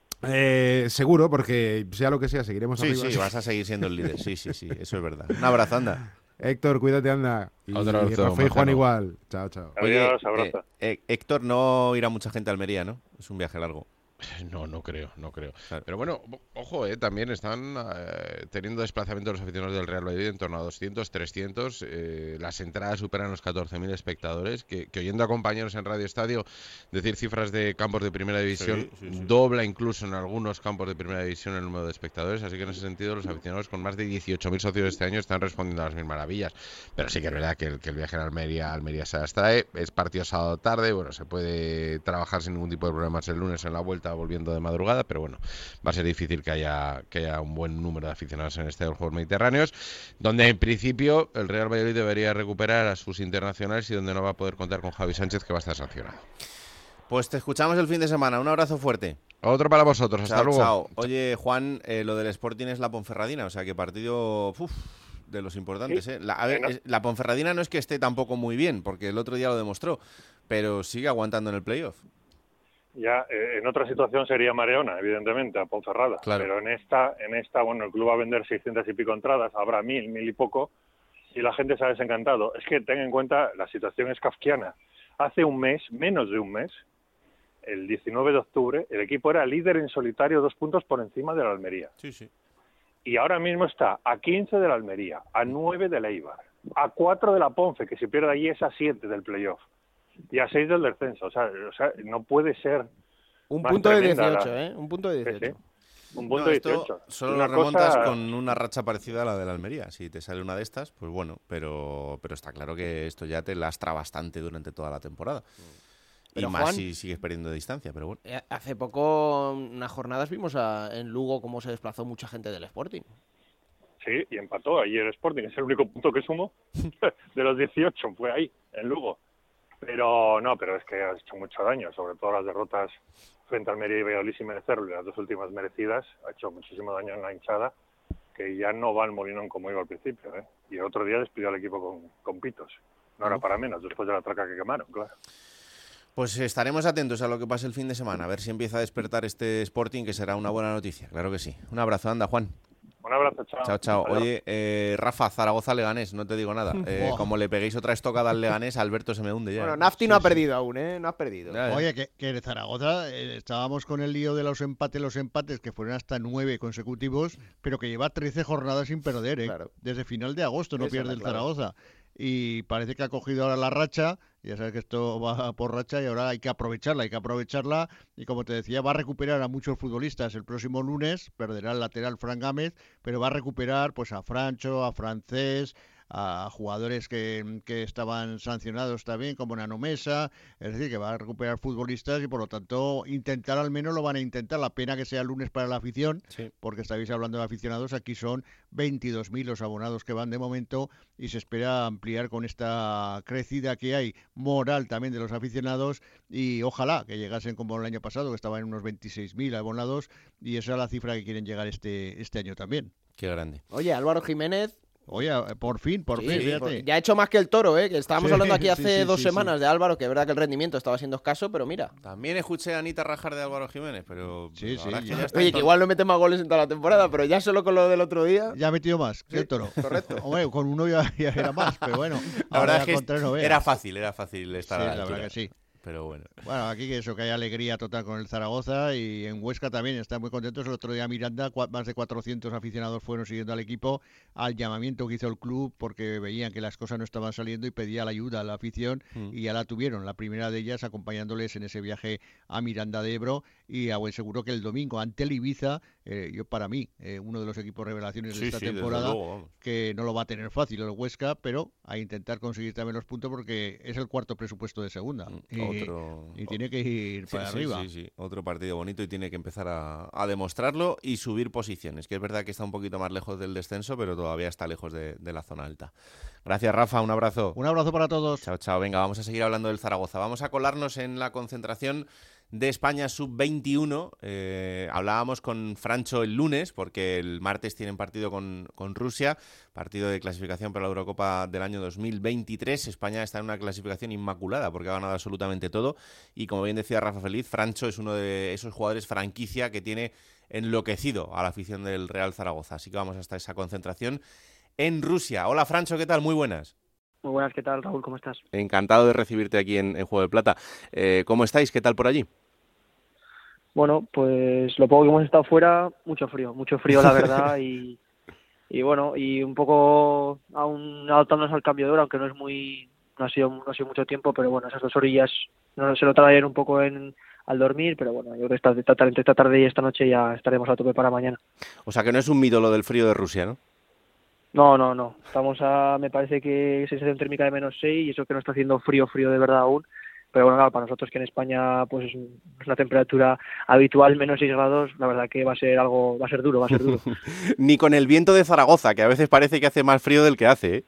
Eh, seguro, porque sea lo que sea, seguiremos Sí, arriba. sí, vas a seguir siendo el líder. Sí, sí, sí, eso es verdad. Un abrazo, anda. Héctor, cuídate, anda. Y, Otro abrazo, y Rafa y Juan Manzano. igual. Chao, chao. Adiós, eh, abrazo. eh, Héctor, no irá mucha gente a Almería, ¿no? Es un viaje largo. No, no creo, no creo. Claro. Pero bueno, o- ojo, eh, también están eh, teniendo desplazamiento los aficionados del Real Valladolid en torno a doscientos, trescientos. Eh, las entradas superan los catorce mil espectadores. Que, que oyendo a compañeros en Radio Estadio decir cifras de campos de primera división, Sí, sí, sí. dobla incluso en algunos campos de primera división el número de espectadores. Así que en ese sentido, los aficionados con más de dieciocho mil socios este año están respondiendo a las mil maravillas. Pero sí que es verdad que el, que el viaje a Almería, Almería se abstrae. Es partido sábado tarde. Bueno, se puede trabajar sin ningún tipo de problemas el lunes en la vuelta, volviendo de madrugada. Pero bueno, va a ser difícil que haya, que haya un buen número de aficionados en este de los Juegos Mediterráneos, donde en principio el Real Valladolid debería recuperar a sus internacionales y donde no va a poder contar con Javi Sánchez, que va a estar sancionado. Pues te escuchamos el fin de semana. Un abrazo fuerte. Otro para vosotros, hasta Chao, luego. chao. Oye, Juan, eh, lo del Sporting es la Ponferradina, o sea que partido uf, de los importantes. Sí. ¿eh? La, a ver, Bueno. es- la Ponferradina no es que esté tampoco muy bien, porque el otro día lo demostró, pero sigue aguantando en el playoff. Ya, eh, en otra situación sería Mareona, evidentemente, a Ponferrada. Claro. Pero en esta, en esta, bueno, el club va a vender seiscientas y pico entradas, habrá mil, mil y poco, y la gente se ha desencantado. Es que ten en cuenta, la situación es kafkiana. Hace un mes, menos de un mes, el diecinueve de octubre, el equipo era líder en solitario, dos puntos por encima de la Almería. Sí, sí. Y ahora mismo está a quince de la Almería, a nueve de la Eibar, a cuatro de la Ponfe, que si pierde allí es a siete del playoff, y a seis del descenso. O sea, o sea no puede ser Un más punto de tremenda dieciocho, la- ¿eh? Un punto de Sí, dieciocho. sí. Un punto No, de esto dieciocho. solo Una lo remontas cosa- con una racha parecida a la de la Almería. Si te sale una de estas, pues bueno, pero, pero está claro que esto ya te lastra bastante durante toda la temporada. Pero, y más Juan- si sigues perdiendo distancia, pero bueno. Eh, Hace poco, unas jornadas, vimos a- en Lugo cómo se desplazó mucha gente del Sporting. Sí, y empató ahí el Sporting, es el único punto que sumó de los dieciocho, fue ahí, en Lugo. Pero no, pero es que ha hecho mucho daño, sobre todo las derrotas frente a Almería y Valladolid sin merecerlo, y las dos últimas merecidas, ha hecho muchísimo daño en la hinchada, que ya no va al Molinón como iba al principio, ¿eh? Y el otro día despidió al equipo con, con pitos. No era para menos, después de la traca que quemaron, claro. Pues estaremos atentos a lo que pase el fin de semana, a ver si empieza a despertar este Sporting, que será una buena noticia, claro que sí. Un abrazo, anda, Juan. Un abrazo, chao. Chao, chao. Adiós. Oye, eh, Rafa, Zaragoza-Leganés, no te digo nada. Eh, Buah. como le peguéis otra estocada al Leganés, Alberto se me hunde ya. Bueno, ¿eh? Nafti Sí, no ha sí. perdido aún, ¿eh? No has perdido. Ya, ya. Oye, que, que en Zaragoza eh, estábamos con el lío de los empates, los empates que fueron hasta nueve consecutivos, pero que lleva trece jornadas sin perder, ¿eh? Claro. Desde final de agosto no Esa es pierde la el clave. Zaragoza. y parece que ha cogido ahora la racha. Ya sabes que esto va por racha y ahora hay que aprovecharla, hay que aprovecharla. Y como te decía, va a recuperar a muchos futbolistas el próximo lunes, perderá el lateral Fran Gámez, pero va a recuperar pues a Francho, a Francés, a jugadores que, que estaban sancionados también, como Nano Mesa. Es decir, que va a recuperar futbolistas y por lo tanto intentar, al menos lo van a intentar. La pena que sea lunes para la afición, sí, porque estáis hablando de aficionados, aquí son veintidós mil los abonados que van de momento y se espera ampliar con esta crecida que hay moral también de los aficionados, y ojalá que llegasen como el año pasado, que estaban en unos veintiséis mil abonados, y esa es la cifra que quieren llegar este, este año también. Qué grande. Oye, Álvaro Jiménez... Oye, por fin, por sí, fin, sí, fíjate. Ya ha hecho más que el Toro, ¿eh? Que estábamos sí, hablando aquí hace sí, sí, dos sí, semanas sí. de Álvaro, que es verdad que el rendimiento estaba siendo escaso, pero mira. También escuché a Anita rajar de Álvaro Jiménez, pero... Sí, sí. Es que ya Oye, que igual no mete más goles en toda la temporada, pero ya solo con lo del otro día... Ya ha metido más que sí, el Toro. Correcto. Hombre, con uno ya, ya era más, pero bueno. La verdad es que no era fácil, era fácil estar sí, a la, la altura. verdad que sí. Pero bueno. Bueno, aquí que eso, que hay alegría total con el Zaragoza, y en Huesca también están muy contentos. El otro día Miranda, más de cuatrocientos aficionados fueron siguiendo al equipo, al llamamiento que hizo el club, porque veían que las cosas no estaban saliendo y pedía la ayuda a la afición, mm. y ya la tuvieron, la primera de ellas acompañándoles en ese viaje a Miranda de Ebro, y a buen seguro que el domingo ante el Ibiza, eh, yo para mí, eh, uno de los equipos revelaciones sí, de esta sí, temporada, luego, que no lo va a tener fácil el Huesca, pero a intentar conseguir también los puntos porque es el cuarto presupuesto de segunda. Y, Otro... y tiene que ir para sí, arriba. Sí, sí, sí, otro partido bonito y tiene que empezar a, a demostrarlo y subir posiciones, que es verdad que está un poquito más lejos del descenso, pero todavía está lejos de, de la zona alta. Gracias, Rafa, un abrazo. Un abrazo para todos. Chao, chao. Venga, vamos a seguir hablando del Zaragoza. Vamos a colarnos en la concentración de España sub veintiuno. Eh, hablábamos con Francho el lunes, porque el martes tienen partido con, con Rusia, partido de clasificación para la Eurocopa del año dos mil veintitrés. España está en una clasificación inmaculada porque ha ganado absolutamente todo. Y como bien decía Rafa Feliz, Francho es uno de esos jugadores franquicia que tiene enloquecido a la afición del Real Zaragoza. Así que vamos hasta esa concentración en Rusia. Hola, Francho, ¿qué tal? Muy buenas. Muy buenas, ¿qué tal, Raúl? ¿Cómo estás? Encantado de recibirte aquí en, en Juego de Plata. Eh, ¿Cómo estáis? ¿Qué tal por allí? Bueno, pues lo poco que hemos estado fuera, mucho frío, mucho frío la verdad, y, y bueno, y un poco aún adaptándonos al cambio de hora, aunque no es muy, no ha sido, no ha sido mucho tiempo, pero bueno, esas dos orillas no se notaba ayer un poco en, al dormir, pero bueno, yo creo que esta, esta, tarde, esta tarde y esta noche ya estaremos a tope para mañana. O sea que no es un mito lo del frío de Rusia, ¿no? No, no, no. Estamos a, me parece que sensación térmica de menos seis, y eso que no está haciendo frío, frío de verdad aún. Pero bueno, claro, para nosotros que en España pues es una temperatura habitual, menos seis grados, la verdad que va a ser algo, va a ser duro, va a ser duro. Ni con el viento de Zaragoza, que a veces parece que hace más frío del que hace, ¿eh?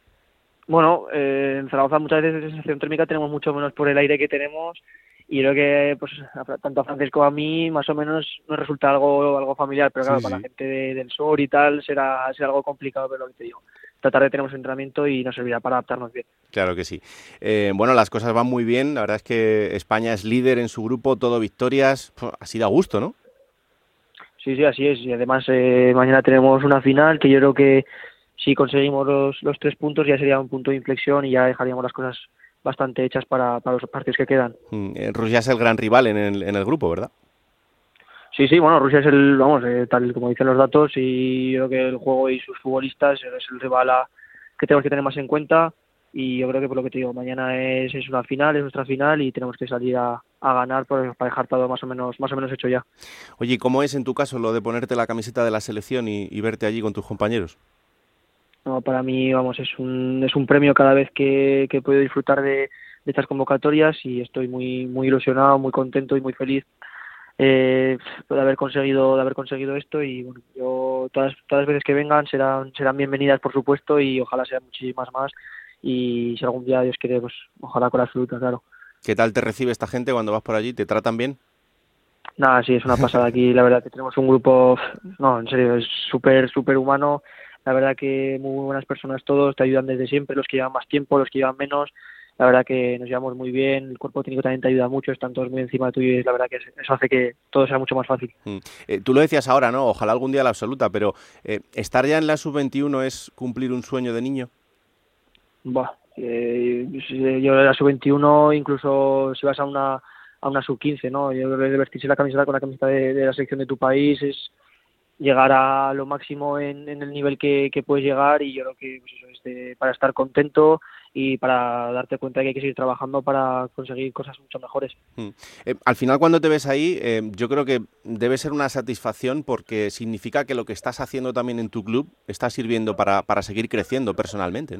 Bueno, eh, en Zaragoza muchas veces de sensación térmica tenemos mucho menos por el aire que tenemos, y creo que pues tanto a Francés como a mí más o menos nos resulta algo algo familiar, pero claro, sí, para sí. la gente de, del sur y tal será, será algo complicado, pero lo que te digo. Esta tarde tenemos entrenamiento y nos servirá para adaptarnos bien. Claro que sí. Eh, bueno, las cosas van muy bien. La verdad es que España es líder en su grupo, todo victorias. Así da gusto, ¿no? Sí, sí, así es. Y además eh, mañana tenemos una final que yo creo que si conseguimos los, los tres puntos ya sería un punto de inflexión y ya dejaríamos las cosas bastante hechas para, para los partidos que quedan. Mm, Rusia es el gran rival en el, en el grupo, ¿verdad? Sí, sí, bueno, Rusia es el, vamos, eh, tal como dicen los datos, y yo creo que el juego y sus futbolistas es el rival a, que tenemos que tener más en cuenta, y yo creo que por lo que te digo, mañana es, es una final, es nuestra final, y tenemos que salir a, a ganar para, para dejar todo más o menos más o menos hecho ya. Oye, ¿cómo es en tu caso lo de ponerte la camiseta de la selección y, y verte allí con tus compañeros? No, para mí, vamos, es un es un premio cada vez que, que puedo disfrutar de, de estas convocatorias, y estoy muy muy ilusionado, muy contento y muy feliz eh, de haber conseguido de haber conseguido esto. Y bueno, yo todas todas las veces que vengan serán serán bienvenidas, por supuesto, y ojalá sean muchísimas más, y si algún día Dios quiere, pues ojalá con la absoluta, claro. ¿Qué tal te recibe esta gente cuando vas por allí? ¿Te tratan bien? Nada, sí, es una pasada aquí, la verdad que tenemos un grupo, no, en serio, es súper súper humano. La verdad que muy buenas personas todos, te ayudan desde siempre, los que llevan más tiempo, los que llevan menos. La verdad que nos llevamos muy bien, el cuerpo técnico también te ayuda mucho, están todos muy encima tuyo, y la verdad que eso hace que todo sea mucho más fácil. Mm. Eh, tú lo decías ahora, ¿no? Ojalá algún día la absoluta, pero eh, ¿estar ya en la sub veintiuno es cumplir un sueño de niño? Buah, eh, yo en la sub veintiuno, incluso si vas a una a una sub quince, ¿no? Yo creo que vestirse la camiseta con la camiseta de, de la selección de tu país es llegar a lo máximo en, en el nivel que, que puedes llegar, y yo creo que pues eso, este, para estar contento y para darte cuenta de que hay que seguir trabajando para conseguir cosas mucho mejores. Mm. Eh, al final, cuando te ves ahí, eh, yo creo que debe ser una satisfacción, porque significa que lo que estás haciendo también en tu club está sirviendo para, para seguir creciendo personalmente, ¿no?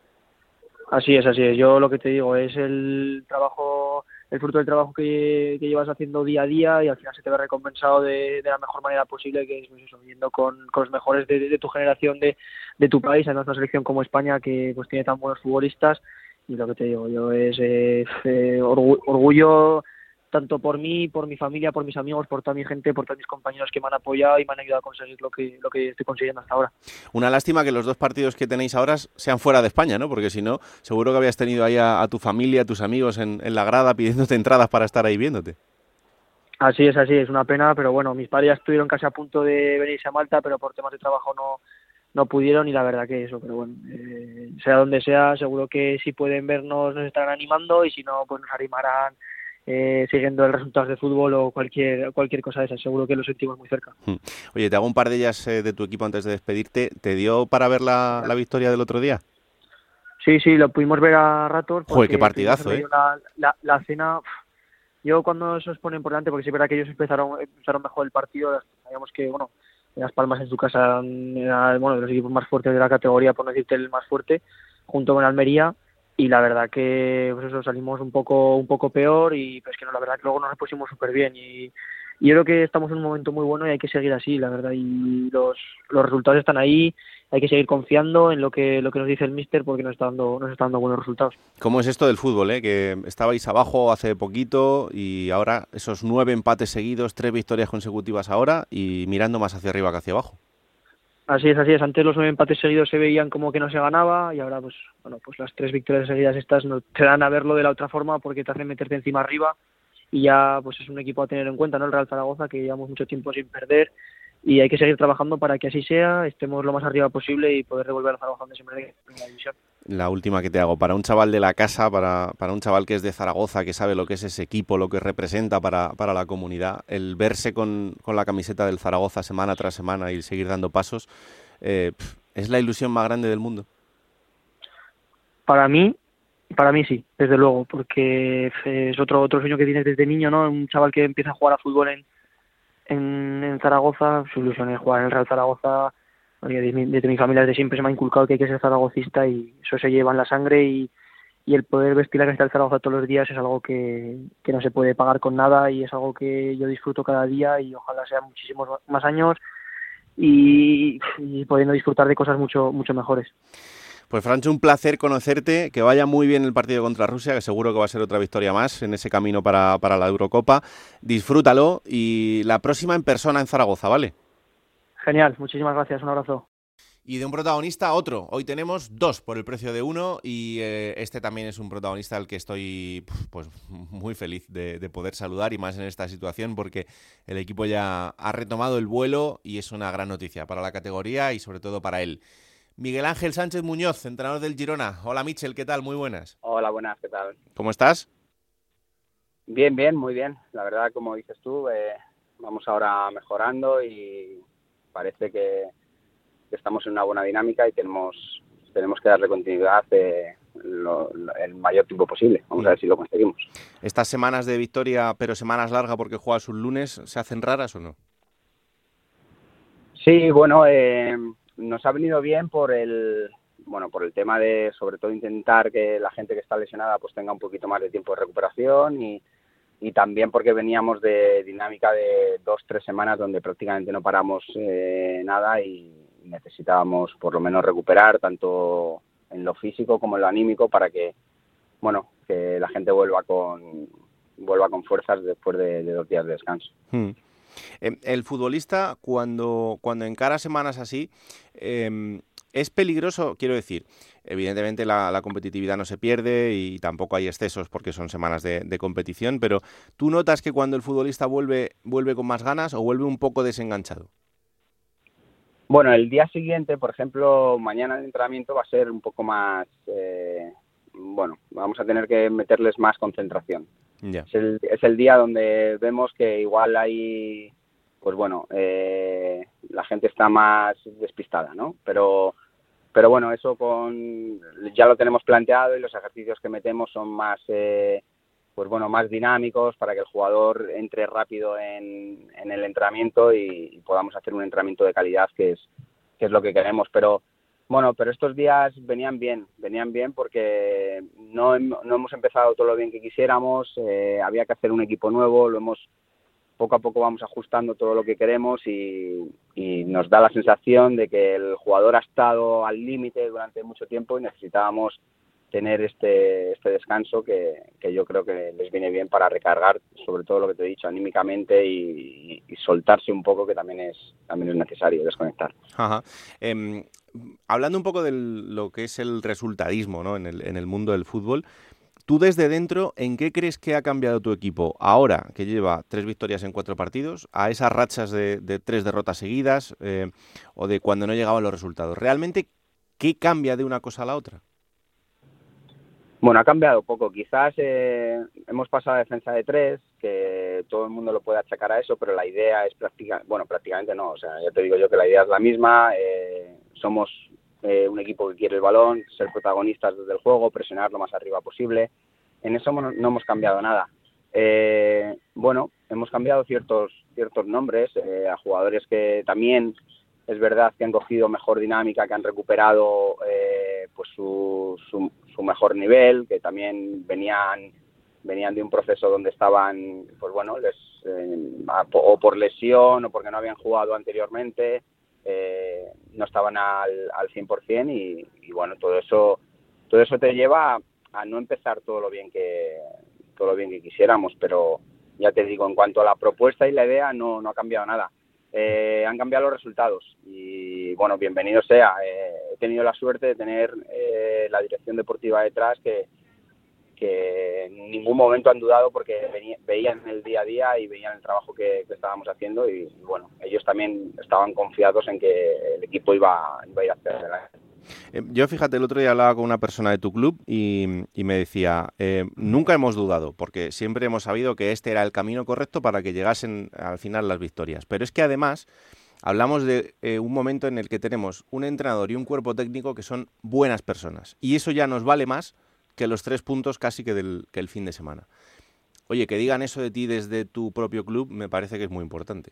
Así es, así es. Yo lo que te digo es el trabajo, el fruto del trabajo que, que llevas haciendo día a día, y al final se te ve recompensado de, de la mejor manera posible, que es pues eso, viendo con, con los mejores de, de tu generación, de, de tu país, además una selección como España que pues tiene tan buenos futbolistas. Y lo que te digo yo es eh, eh, orgu- orgullo tanto por mí, por mi familia, por mis amigos, por toda mi gente, por todos mis compañeros que me han apoyado y me han ayudado a conseguir lo que lo que estoy consiguiendo hasta ahora. Una lástima que los dos partidos que tenéis ahora sean fuera de España, ¿no? Porque si no, seguro que habías tenido ahí a, a tu familia, a tus amigos en, en la grada pidiéndote entradas para estar ahí viéndote. Así es, así es, una pena, pero bueno, mis padres ya estuvieron casi a punto de venirse a Malta, pero por temas de trabajo no no pudieron, y la verdad que eso, pero bueno, eh, sea donde sea, seguro que si pueden vernos nos estarán animando, y si no, pues nos animarán eh, siguiendo el resultado de fútbol o cualquier cualquier cosa de esas. Seguro que lo sentimos muy cerca. Oye, te hago un par de ellas eh, de tu equipo antes de despedirte. ¿Te dio para ver la, la victoria del otro día? Sí, sí, lo pudimos ver a ratos. Joder, qué partidazo, ¿eh? La, la, la cena, yo cuando se os ponen por delante, porque sí es verdad que ellos empezaron, empezaron mejor el partido, sabíamos que, bueno, Las Palmas en su casa era bueno, de los equipos más fuertes de la categoría, por no decirte el más fuerte, junto con Almería, y la verdad que pues eso, salimos un poco un poco peor, y pues que no, la verdad que luego nos repusimos súper bien, y, y yo creo que estamos en un momento muy bueno y hay que seguir así, la verdad, y los, los resultados están ahí, hay que seguir confiando en lo que lo que nos dice el míster, porque nos está dando nos está dando buenos resultados. ¿Cómo es esto del fútbol, eh? Que estabais abajo hace poquito y ahora esos nueve empates seguidos, tres victorias consecutivas ahora y mirando más hacia arriba que hacia abajo? Así es, así es. Antes los nueve empates seguidos se veían como que no se ganaba, y ahora pues bueno, pues las tres victorias seguidas estas no te dan a verlo de la otra forma, porque te hacen meterte encima arriba, y ya pues es un equipo a tener en cuenta, ¿no? El Real Zaragoza, que llevamos mucho tiempo sin perder, y hay que seguir trabajando para que así sea, estemos lo más arriba posible y poder devolver a Zaragoza donde siempre en primera división. La última que te hago, para un chaval de la casa, para, para un chaval que es de Zaragoza, que sabe lo que es ese equipo, lo que representa para, para la comunidad, el verse con, con la camiseta del Zaragoza semana tras semana y seguir dando pasos, eh, ¿es la ilusión más grande del mundo? Para mí, para mí sí, desde luego, porque es otro otro sueño que tienes desde niño, ¿no? Un chaval que empieza a jugar a fútbol en En, en Zaragoza, su ilusión es jugar en el Real Zaragoza. Desde mi, desde mi familia desde siempre se me ha inculcado que hay que ser zaragocista, y eso se lleva en la sangre, y, y el poder vestir la camiseta del Zaragoza todos los días es algo que, que no se puede pagar con nada, y es algo que yo disfruto cada día, y ojalá sean muchísimos más años y, y pudiendo disfrutar de cosas mucho mucho mejores. Pues Francho, un placer conocerte, que vaya muy bien el partido contra Rusia, que seguro que va a ser otra victoria más en ese camino para, para la Eurocopa. Disfrútalo y la próxima en persona en Zaragoza, ¿vale? Genial, muchísimas gracias, un abrazo. Y de un protagonista a otro. Hoy tenemos dos por el precio de uno, y eh, este también es un protagonista al que estoy pues muy feliz de, de poder saludar, y más en esta situación, porque el equipo ya ha retomado el vuelo y es una gran noticia para la categoría y sobre todo para él. Miguel Ángel Sánchez Muñoz, entrenador del Girona. Hola, Michel, ¿qué tal? Muy buenas. Hola, buenas, ¿qué tal? ¿Cómo estás? Bien, bien, muy bien. La verdad, como dices tú, eh, vamos ahora mejorando y parece que, que estamos en una buena dinámica y tenemos tenemos que darle continuidad eh, lo, lo, el mayor tiempo posible. Vamos a ver si lo conseguimos. ¿Estas semanas de victoria, pero semanas largas porque juegas un lunes, se hacen raras o no? Sí, bueno... Eh, nos ha venido bien por el bueno por el tema de sobre todo intentar que la gente que está lesionada pues tenga un poquito más de tiempo de recuperación, y, y también porque veníamos de dinámica de dos tres semanas donde prácticamente no paramos eh, nada, y necesitábamos por lo menos recuperar tanto en lo físico como en lo anímico para que bueno que la gente vuelva con vuelva con fuerzas después de, de dos días de descanso. Hmm. El futbolista, cuando, cuando encara semanas así, eh, es peligroso, quiero decir, evidentemente la, la competitividad no se pierde y tampoco hay excesos porque son semanas de, de competición, pero ¿tú notas que cuando el futbolista vuelve, vuelve con más ganas o vuelve un poco desenganchado? Bueno, el día siguiente, por ejemplo, mañana el entrenamiento va a ser un poco más, eh, bueno, vamos a tener que meterles más concentración. Yeah. Es el, es el día donde vemos que igual hay pues bueno, eh, la gente está más despistada, ¿no? Pero, pero bueno, eso con ya lo tenemos planteado y los ejercicios que metemos son más, eh, pues bueno, más dinámicos para que el jugador entre rápido en, en el entrenamiento y, y podamos hacer un entrenamiento de calidad, que es, que es lo que queremos. Pero bueno, pero estos días venían bien, venían bien porque no, hem- no hemos empezado todo lo bien que quisiéramos, eh, había que hacer un equipo nuevo, lo hemos poco a poco vamos ajustando todo lo que queremos y, y nos da la sensación de que el jugador ha estado al límite durante mucho tiempo y necesitábamos tener este este descanso que, que yo creo que les viene bien para recargar, sobre todo lo que te he dicho, anímicamente y, y, y soltarse un poco, que también es también es necesario desconectar. Ajá. Em, hablando un poco de lo que es el resultadismo, ¿no? en el, en el mundo del fútbol, tú desde dentro, ¿en qué crees que ha cambiado tu equipo ahora, que lleva tres victorias en cuatro partidos, a esas rachas de, de tres derrotas seguidas eh, o de cuando no llegaban los resultados? ¿Realmente qué cambia de una cosa a la otra? Bueno, ha cambiado poco. Quizás eh, hemos pasado a defensa de tres, que todo el mundo lo puede achacar a eso, pero la idea es prácticamente, bueno, prácticamente no. O sea, ya te digo yo que la idea es la misma. Eh, somos eh, un equipo que quiere el balón, ser protagonistas desde el juego, presionar lo más arriba posible. En eso no, no hemos cambiado nada. Eh, bueno, hemos cambiado ciertos ciertos nombres eh, a jugadores que también es verdad que han cogido mejor dinámica, que han recuperado eh, pues su, su, su mejor nivel, que también venían venían de un proceso donde estaban, pues bueno, les, eh, o por lesión o porque no habían jugado anteriormente, eh, no estaban al, al cien por ciento y, y bueno, todo eso todo eso te lleva a, a no empezar todo lo bien que todo lo bien que quisiéramos, pero ya te digo, en cuanto a la propuesta y la idea no, no ha cambiado nada. Eh, han cambiado los resultados y bueno, bienvenido sea. Eh, he tenido la suerte de tener eh, la dirección deportiva detrás que, que en ningún momento han dudado porque venía, veían el día a día y veían el trabajo que, que estábamos haciendo y, y bueno, ellos también estaban confiados en que el equipo iba, iba a ir hacia adelante. Eh, yo, fíjate, el otro día hablaba con una persona de tu club y, y me decía, eh, nunca hemos dudado, porque siempre hemos sabido que este era el camino correcto para que llegasen al final las victorias. Pero es que además hablamos de eh, un momento en el que tenemos un entrenador y un cuerpo técnico que son buenas personas. Y eso ya nos vale más que los tres puntos casi que, del, que el fin de semana. Oye, que digan eso de ti desde tu propio club me parece que es muy importante.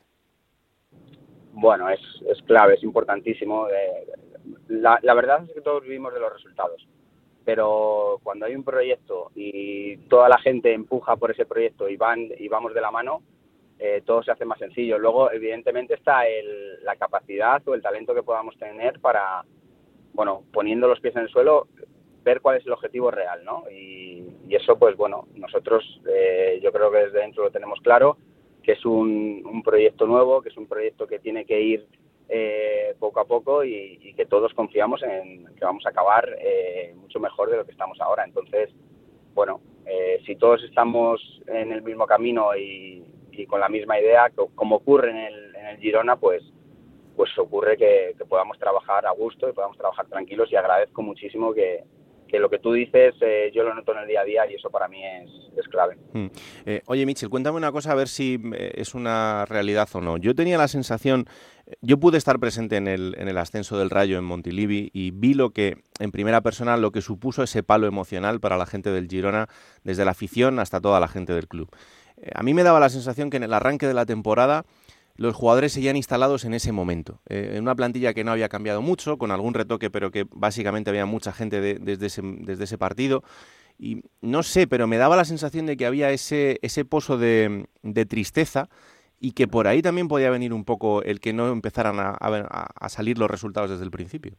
Bueno, es, es clave, es importantísimo. Eh, la, la verdad es que todos vivimos de los resultados, pero cuando hay un proyecto y toda la gente empuja por ese proyecto y van y vamos de la mano, eh, todo se hace más sencillo. Luego, evidentemente, está el, la capacidad o el talento que podamos tener para, bueno, poniendo los pies en el suelo, ver cuál es el objetivo real, ¿no? Y, y eso, pues bueno, nosotros eh, yo creo que desde dentro lo tenemos claro, que es un, un proyecto nuevo, que es un proyecto que tiene que ir eh, poco a poco y, y que todos confiamos en que vamos a acabar eh, mucho mejor de lo que estamos ahora. Entonces, bueno, eh, si todos estamos en el mismo camino y, y con la misma idea, como ocurre en el, en el Girona, pues pues ocurre que, que podamos trabajar a gusto y podamos trabajar tranquilos, y agradezco muchísimo que que lo que tú dices eh, yo lo noto en el día a día y eso para mí es, es clave. Mm. Eh, oye, Michel, cuéntame una cosa a ver si eh, es una realidad o no. Yo tenía la sensación, yo pude estar presente en el, en el ascenso del Rayo en Montilivi y vi lo que, en primera persona, lo que supuso ese palo emocional para la gente del Girona, desde la afición hasta toda la gente del club. Eh, a mí me daba la sensación que en el arranque de la temporada los jugadores seguían instalados en ese momento, eh, en una plantilla que no había cambiado mucho, con algún retoque, pero que básicamente había mucha gente de, desde, ese, desde ese partido. Y no sé, pero me daba la sensación de que había ese, ese pozo de, de tristeza y que por ahí también podía venir un poco el que no empezaran a, a, a salir los resultados desde el principio.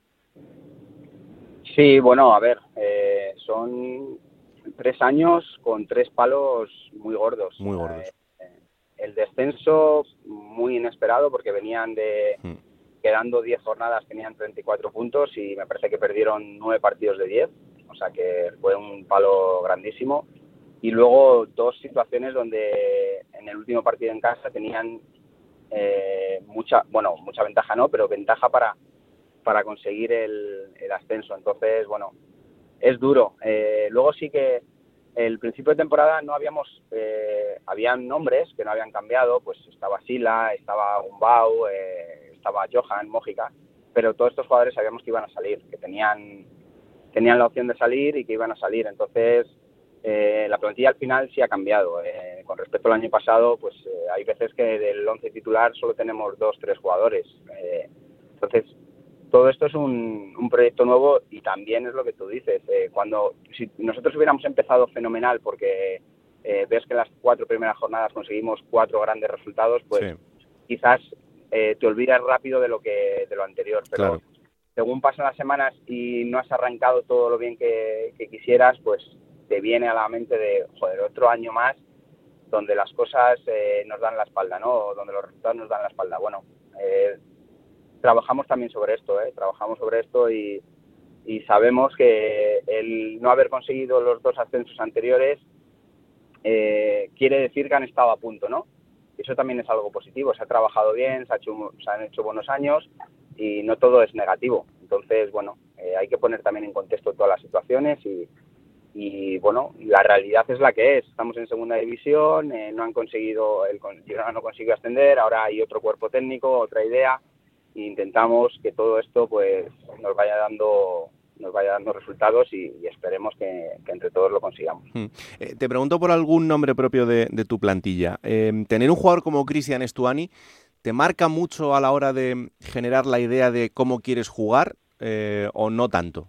Sí, bueno, a ver, eh, son tres años con tres palos muy gordos. Muy gordos. Eh, El descenso muy inesperado porque venían de, mm. quedando diez jornadas, tenían treinta y cuatro puntos y me parece que perdieron nueve partidos de diez, o sea que fue un palo grandísimo. Y luego dos situaciones donde en el último partido en casa tenían eh, mucha, bueno, mucha ventaja no, pero ventaja para, para conseguir el, el ascenso. Entonces, bueno, es duro. Eh, luego sí que el principio de temporada no habíamos, eh, habían nombres que no habían cambiado, pues estaba Sila, estaba Gumbau, eh, estaba Johan, Mójica, pero todos estos jugadores sabíamos que iban a salir, que tenían, tenían la opción de salir y que iban a salir, entonces eh, la plantilla al final sí ha cambiado. Eh, con respecto al año pasado, pues eh, hay veces que del once titular solo tenemos dos, tres jugadores, eh, entonces todo esto es un, un proyecto nuevo y también es lo que tú dices. Eh, cuando si nosotros hubiéramos empezado fenomenal porque eh, ves que en las cuatro primeras jornadas conseguimos cuatro grandes resultados, pues sí. quizás eh, te olvidas rápido de lo que de lo anterior. Pero claro. según pasan las semanas y no has arrancado todo lo bien que, que quisieras, pues te viene a la mente de, joder, otro año más donde las cosas eh, nos dan la espalda, ¿no? O donde los resultados nos dan la espalda. Bueno, eh, trabajamos también sobre esto, ¿eh? Trabajamos sobre esto y, y sabemos que el no haber conseguido los dos ascensos anteriores eh, quiere decir que han estado a punto, ¿no? Eso también es algo positivo, se ha trabajado bien, se, ha hecho, se han hecho buenos años y no todo es negativo. Entonces, bueno, eh, hay que poner también en contexto todas las situaciones y, y bueno, la realidad es la que es. Estamos en segunda división, eh, no han conseguido, el Girona no consiguió ascender, ahora hay otro cuerpo técnico, otra idea. E intentamos que todo esto pues nos vaya dando nos vaya dando resultados y, y esperemos que, que entre todos lo consigamos. Hmm. Eh, te pregunto por algún nombre propio de, de tu plantilla. Eh, tener un jugador como Cristian Stuani, ¿te marca mucho a la hora de generar la idea de cómo quieres jugar eh, o no tanto?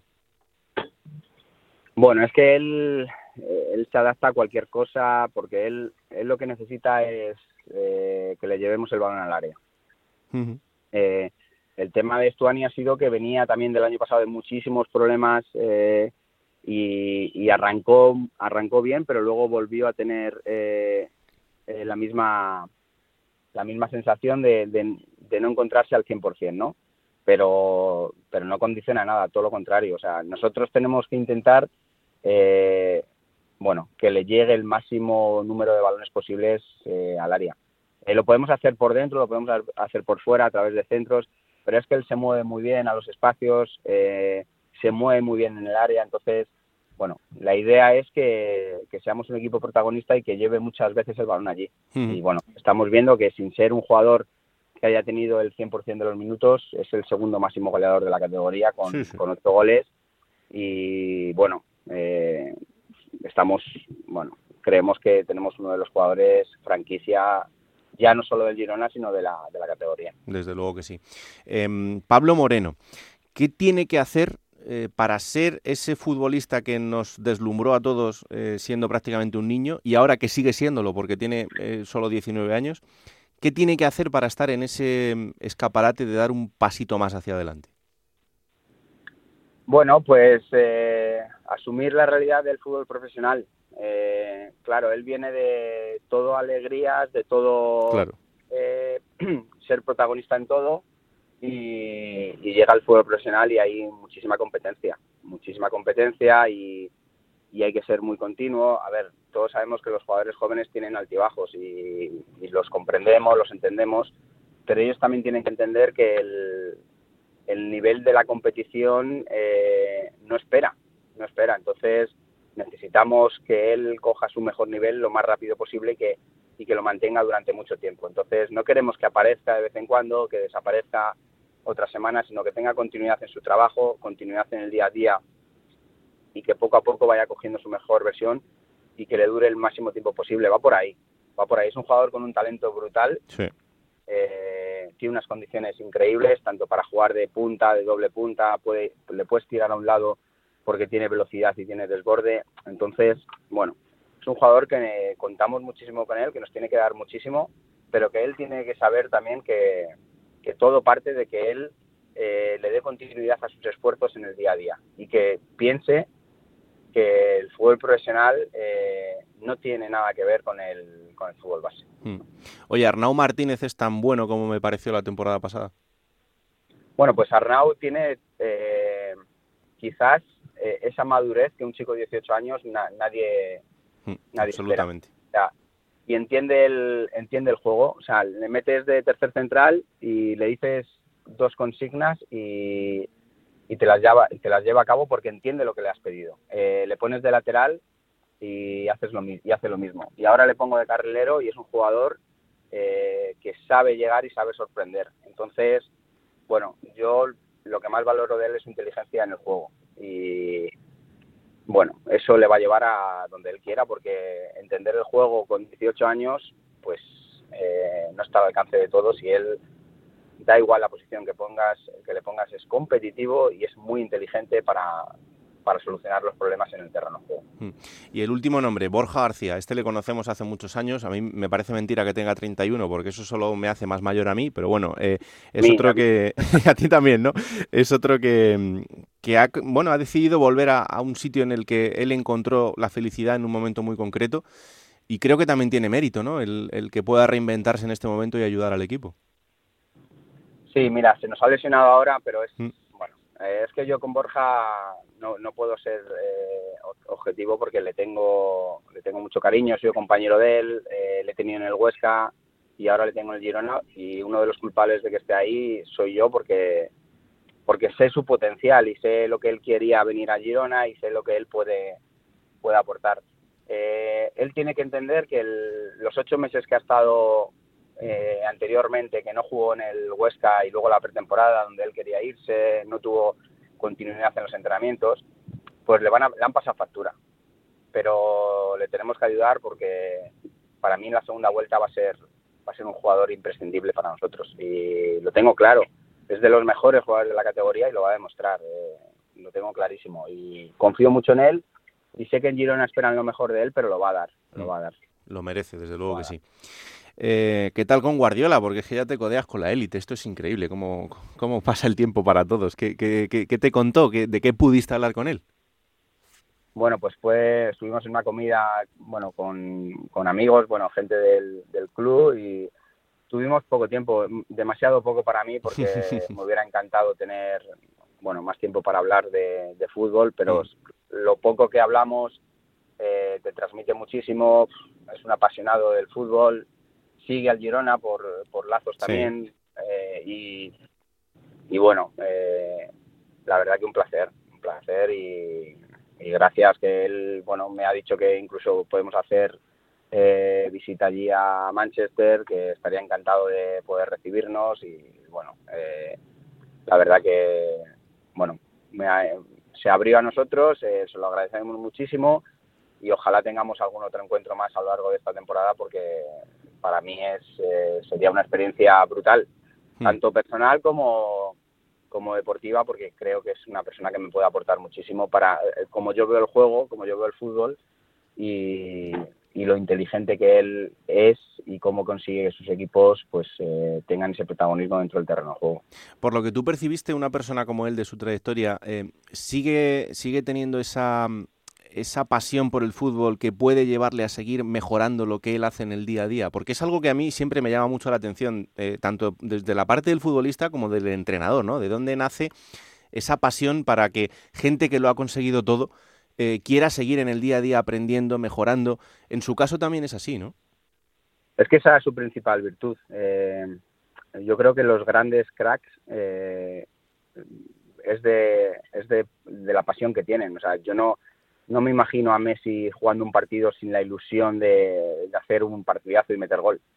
Bueno, es que él, él se adapta a cualquier cosa porque él, él lo que necesita es eh, que le llevemos el balón al área. Uh-huh. Eh, el tema de Stuani ha sido que venía también del año pasado de muchísimos problemas eh, y, y arrancó arrancó bien, pero luego volvió a tener eh, eh, la misma la misma sensación de, de, de no encontrarse al cien por ciento, ¿no? Pero pero no condiciona nada, todo lo contrario. O sea, nosotros tenemos que intentar eh, bueno, que le llegue el máximo número de balones posibles eh, al área. Eh, lo podemos hacer por dentro, lo podemos hacer por fuera a través de centros, pero es que él se mueve muy bien a los espacios, eh, se mueve muy bien en el área, entonces, bueno, la idea es que, que seamos un equipo protagonista y que lleve muchas veces el balón allí. Mm. Y bueno, estamos viendo que sin ser un jugador que haya tenido el cien por ciento de los minutos, es el segundo máximo goleador de la categoría con, sí, sí. con ocho goles y bueno, eh, estamos, bueno, creemos que tenemos uno de los jugadores franquicia ya no solo del Girona, sino de la, de la categoría. Desde luego que sí. Eh, Pablo Moreno, ¿qué tiene que hacer eh, para ser ese futbolista que nos deslumbró a todos eh, siendo prácticamente un niño y ahora que sigue siéndolo porque tiene eh, solo diecinueve años? ¿Qué tiene que hacer para estar en ese escaparate de dar un pasito más hacia adelante? Bueno, pues eh, asumir la realidad del fútbol profesional. Eh, claro, él viene de todo alegrías, de todo claro. eh, ser protagonista en todo y, y llega al fútbol profesional y hay muchísima competencia, muchísima competencia y, y hay que ser muy continuo. A ver, todos sabemos que los jugadores jóvenes tienen altibajos y, y los comprendemos, los entendemos, pero ellos también tienen que entender que el, el nivel de la competición eh, no espera, no espera, entonces necesitamos que él coja su mejor nivel lo más rápido posible y que, y que lo mantenga durante mucho tiempo. Entonces no queremos que aparezca de vez en cuando, que desaparezca otras semanas, sino que tenga continuidad en su trabajo, continuidad en el día a día y que poco a poco vaya cogiendo su mejor versión y que le dure el máximo tiempo posible. Va por ahí, va por ahí. Es un jugador con un talento brutal. Sí. Eh, tiene unas condiciones increíbles, tanto para jugar de punta, de doble punta, puede, le puedes tirar a un lado porque tiene velocidad y tiene desborde. Entonces, bueno, es un jugador que eh, contamos muchísimo con él, que nos tiene que dar muchísimo, pero que él tiene que saber también que, que todo parte de que él eh, le dé continuidad a sus esfuerzos en el día a día y que piense que el fútbol profesional eh, no tiene nada que ver con el, con el fútbol base. Hmm. Oye, ¿Arnau Martínez es tan bueno como me pareció la temporada pasada? Bueno, pues Arnau tiene eh, quizás eh, esa madurez que un chico de dieciocho años na, nadie, hmm, nadie absolutamente. espera. O sea, y entiende el, entiende el juego. O sea, le metes de tercer central y le dices dos consignas y... y te las lleva te las lleva a cabo porque entiende lo que le has pedido. Eh, le pones de lateral y, haces lo, y hace lo mismo. Y ahora le pongo de carrilero y es un jugador eh, que sabe llegar y sabe sorprender. Entonces, bueno, yo lo que más valoro de él es su inteligencia en el juego. Y bueno, eso le va a llevar a donde él quiera, porque entender el juego con dieciocho años, pues eh, no está al alcance de todos, y él, da igual la posición que pongas, que le pongas, es competitivo y es muy inteligente para, para solucionar los problemas en el terreno de juego. Y el último nombre, Borja García. Este le conocemos hace muchos años. A mí me parece mentira que tenga treinta y uno, porque eso solo me hace más mayor a mí, pero bueno, eh, es Mira, otro que... a ti también, ¿no? Es otro que, que ha, bueno, ha decidido volver a, a un sitio en el que él encontró la felicidad en un momento muy concreto, y creo que también tiene mérito, ¿no? El, el que pueda reinventarse en este momento y ayudar al equipo. Sí, mira, se nos ha lesionado ahora, pero es... Mm. Eh, es que yo con Borja no, no puedo ser eh, objetivo, porque le tengo le tengo mucho cariño, he sido compañero de él, eh, le he tenido en el Huesca y ahora le tengo en el Girona, y uno de los culpables de que esté ahí soy yo, porque porque sé su potencial y sé lo que él quería venir a Girona y sé lo que él puede, puede aportar. Eh, él tiene que entender que el, los ocho meses que ha estado Eh, anteriormente, que no jugó en el Huesca, y luego la pretemporada donde él quería irse, no tuvo continuidad en los entrenamientos, pues le van a, le han pasado factura, pero le tenemos que ayudar, porque para mí en la segunda vuelta va a ser va a ser un jugador imprescindible para nosotros, y lo tengo claro, es de los mejores jugadores de la categoría y lo va a demostrar, eh, lo tengo clarísimo, y confío mucho en él, y sé que en Girona esperan lo mejor de él, pero lo va a dar, lo va a dar. Lo merece, desde luego que sí. Eh, ¿Qué tal con Guardiola? Porque es que ya te codeas con la élite. Esto es increíble, cómo, cómo pasa el tiempo para todos. ¿Qué, qué, qué, qué te contó? ¿Qué, ¿De qué pudiste hablar con él? Bueno, pues fue, estuvimos en una comida, bueno, con, con amigos, bueno, gente del, del club, y tuvimos poco tiempo, demasiado poco para mí, porque me hubiera encantado tener, bueno, más tiempo para hablar de, de fútbol, pero mm. lo poco que hablamos eh, te transmite muchísimo. Es un apasionado del fútbol. Sigue al Girona por, por lazos también, sí. eh, y, y bueno, eh, la verdad que un placer, un placer y, y gracias que él, bueno, me ha dicho que incluso podemos hacer eh, visita allí a Manchester, que estaría encantado de poder recibirnos, y bueno, eh, la verdad que, bueno, me ha, se abrió a nosotros, eh, se lo agradecemos muchísimo, y ojalá tengamos algún otro encuentro más a lo largo de esta temporada, porque para mí es eh, sería una experiencia brutal, tanto personal como, como deportiva, porque creo que es una persona que me puede aportar muchísimo para eh, como yo veo el juego, como yo veo el fútbol, y, y lo inteligente que él es, y cómo consigue que sus equipos pues eh, tengan ese protagonismo dentro del terreno de juego. Por lo que tú percibiste, una persona como él, de su trayectoria, eh, sigue sigue teniendo esa... esa pasión por el fútbol que puede llevarle a seguir mejorando lo que él hace en el día a día, porque es algo que a mí siempre me llama mucho la atención, eh, tanto desde la parte del futbolista como del entrenador, ¿no? De dónde nace esa pasión para que gente que lo ha conseguido todo eh, quiera seguir en el día a día aprendiendo, mejorando. En su caso también es así, ¿no? Es que esa es su principal virtud. Eh, yo creo que los grandes cracks eh, es de es de, de la pasión que tienen. O sea, yo no No me imagino a Messi jugando un partido sin la ilusión de, de hacer un partidazo y meter gol.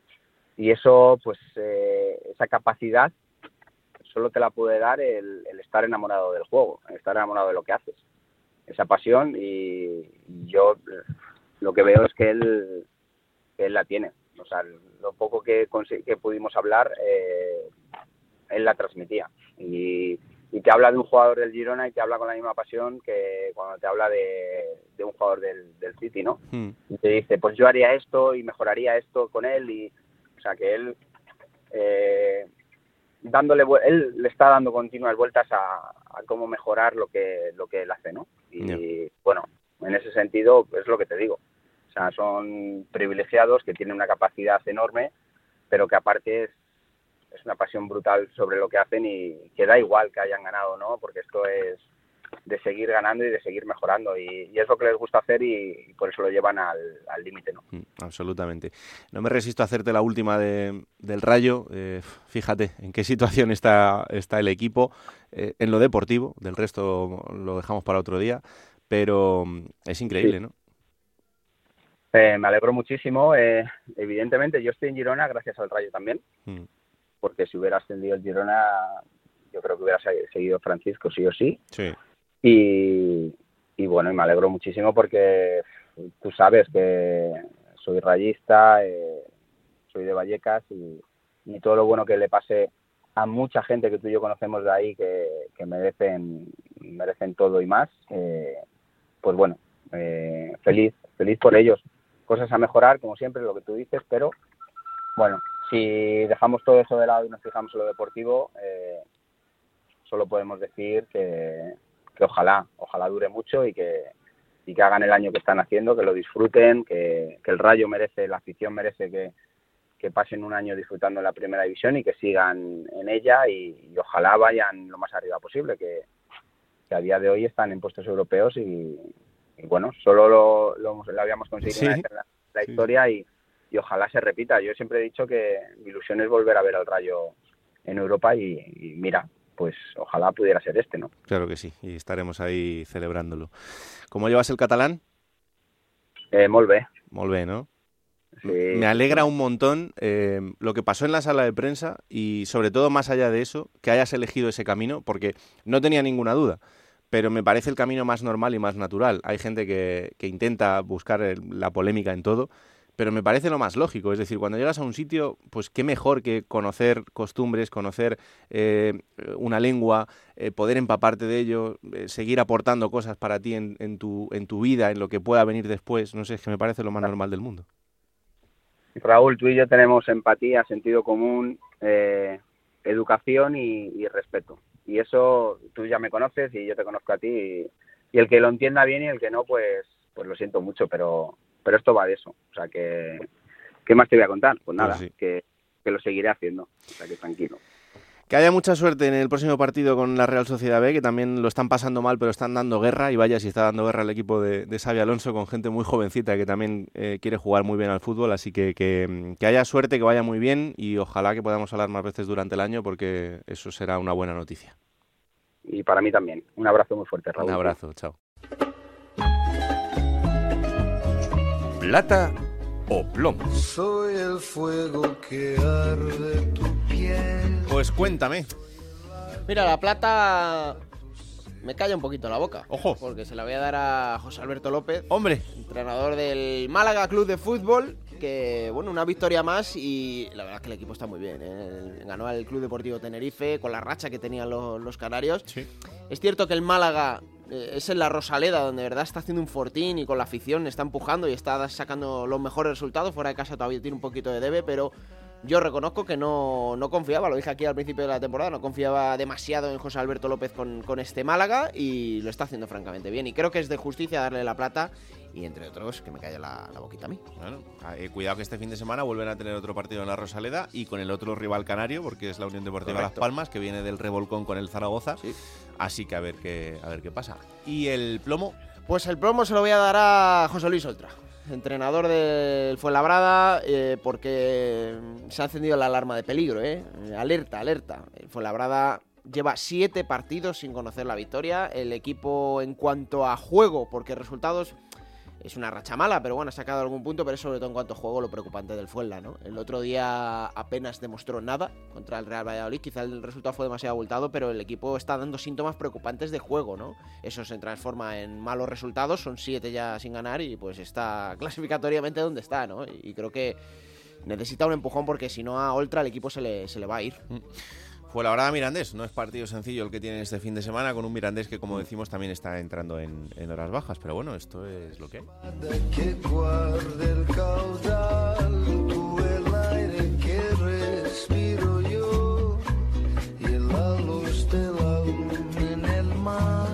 Y eso, pues, eh, esa capacidad solo te la puede dar el, el estar enamorado del juego, el estar enamorado de lo que haces. Esa pasión, y, y yo lo que veo es que él, que él la tiene. O sea, lo poco que, que pudimos hablar, eh, él la transmitía. Y... y te habla de un jugador del Girona y te habla con la misma pasión que cuando te habla de, de un jugador del, del City, ¿no? Mm. Y te dice, pues yo haría esto y mejoraría esto con él, y o sea que él eh, dándole él le está dando continuas vueltas a, a cómo mejorar lo que lo que él hace, ¿no? Y yeah. bueno, en ese sentido es lo que te digo. O sea, son privilegiados que tienen una capacidad enorme, pero que aparte es es una pasión brutal sobre lo que hacen, y que da igual que hayan ganado, ¿no? Porque esto es de seguir ganando y de seguir mejorando, y, y es lo que les gusta hacer, y, y por eso lo llevan al límite, ¿no? Absolutamente. No me resisto a hacerte la última de, del Rayo. Eh, fíjate en qué situación está, está el equipo, eh, en lo deportivo, del resto lo dejamos para otro día, pero es increíble, sí. ¿no? Eh, me alegro muchísimo. Eh, evidentemente, yo estoy en Girona gracias al Rayo también, mm. porque si hubiera ascendido el Girona, yo creo que hubiera seguido Francisco sí o sí. Sí. Y, y bueno, y me alegro muchísimo porque tú sabes que soy rayista, eh, soy de Vallecas y, y todo lo bueno que le pase a mucha gente que tú y yo conocemos de ahí que, que merecen merecen todo y más, eh, pues bueno, eh, feliz, feliz por ellos. Cosas a mejorar, como siempre, lo que tú dices, pero bueno, si dejamos todo eso de lado y nos fijamos en lo deportivo, eh, solo podemos decir que, que ojalá, ojalá dure mucho y que, y que hagan el año que están haciendo, que lo disfruten, que, que el Rayo merece, la afición merece que, que pasen un año disfrutando en la primera división y que sigan en ella y, y ojalá vayan lo más arriba posible, que, que a día de hoy están en puestos europeos y Y bueno, solo lo, lo, lo habíamos conseguido sí, una vez en la, la historia y, y ojalá se repita. Yo siempre he dicho que mi ilusión es volver a ver al Rayo en Europa y, y mira, pues ojalá pudiera ser este, ¿no? Claro que sí, y estaremos ahí celebrándolo. ¿Cómo llevas el catalán? Eh, molt bé. Molt bé, ¿no? Sí. Me alegra un montón eh, lo que pasó en la sala de prensa y sobre todo más allá de eso, que hayas elegido ese camino, porque no tenía ninguna duda. Pero me parece el camino más normal y más natural. Hay gente que, que intenta buscar el, la polémica en todo, pero me parece lo más lógico. Es decir, cuando llegas a un sitio, pues qué mejor que conocer costumbres, conocer eh, una lengua, eh, poder empaparte de ello, eh, seguir aportando cosas para ti en, en, tu, en tu vida, en lo que pueda venir después. No sé, es que me parece lo más normal del mundo. Raúl, tú y yo tenemos empatía, sentido común, eh, educación y, y respeto. Y eso tú ya me conoces y yo te conozco a ti y, y el que lo entienda bien y el que no, pues pues lo siento mucho, pero pero esto va de eso. O sea que, ¿qué más te voy a contar? Pues nada, pues sí. que, que lo seguiré haciendo, o sea que tranquilo. Que haya mucha suerte en el próximo partido con la Real Sociedad B, que también lo están pasando mal, pero están dando guerra, y vaya si está dando guerra el equipo de, de Xabi Alonso, con gente muy jovencita que también eh, quiere jugar muy bien al fútbol, así que, que que haya suerte, que vaya muy bien, y ojalá que podamos hablar más veces durante el año, porque eso será una buena noticia. Y para mí también. Un abrazo muy fuerte, Raúl. Un abrazo, chao. Plata o plomo. Soy el fuego que arde tu piel. Pues cuéntame. Mira, la plata me calla un poquito la boca. Ojo. Porque se la voy a dar a José Alberto López. Hombre. Entrenador del Málaga Club de Fútbol. Que, bueno, una victoria más y la verdad es que el equipo está muy bien, ¿eh? Ganó al Club Deportivo Tenerife con la racha que tenían los, los canarios. Sí. Es cierto que el Málaga eh, es en la Rosaleda donde de verdad está haciendo un fortín y con la afición está empujando y está sacando los mejores resultados. Fuera de casa todavía tiene un poquito de debe, pero yo reconozco que no, no confiaba, lo dije aquí al principio de la temporada, no confiaba demasiado en José Alberto López con, con este Málaga y lo está haciendo francamente bien. Y creo que es de justicia darle la plata y, entre otros, que me calle la, la boquita a mí. Bueno, eh, cuidado que este fin de semana vuelven a tener otro partido en la Rosaleda y con el otro rival canario, porque es la Unión Deportiva Correcto. Las Palmas, que viene del revolcón con el Zaragoza. Sí. Así que a ver qué, a ver qué pasa. ¿Y el plomo? Pues el plomo se lo voy a dar a José Luis Oltra, entrenador del Fuenlabrada, eh, porque se ha encendido la alarma de peligro, ¿eh? Alerta, alerta. El Fuenlabrada lleva siete partidos sin conocer la victoria. El equipo, en cuanto a juego, porque resultados es una racha mala, pero bueno, ha sacado algún punto, pero es sobre todo en cuanto a juego lo preocupante del Fuenla, ¿no? El otro día apenas demostró nada contra el Real Valladolid, quizá el resultado fue demasiado abultado, pero el equipo está dando síntomas preocupantes de juego, ¿no? Eso se transforma en malos resultados, son siete ya sin ganar y pues está clasificatoriamente donde está, ¿no? Y creo que necesita un empujón porque si no a Oltra el equipo se le, se le va a ir. Fuenlabrada Mirandés, no es partido sencillo el que tienen este fin de semana, con un Mirandés que, como decimos, también está entrando en, en horas bajas, pero bueno, esto es lo que hay. Que guarde el caudal, tú el aire que respiro yo y la luz de la luna en el mar,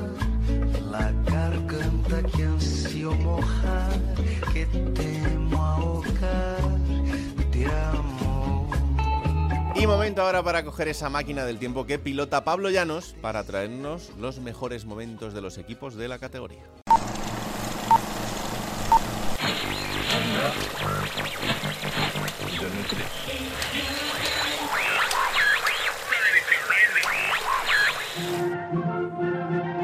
la garganta que ansio mojar, que temo ahogar de amor. Y momento ahora para coger esa máquina del tiempo que pilota Pablo Llanos para traernos los mejores momentos de los equipos de la categoría.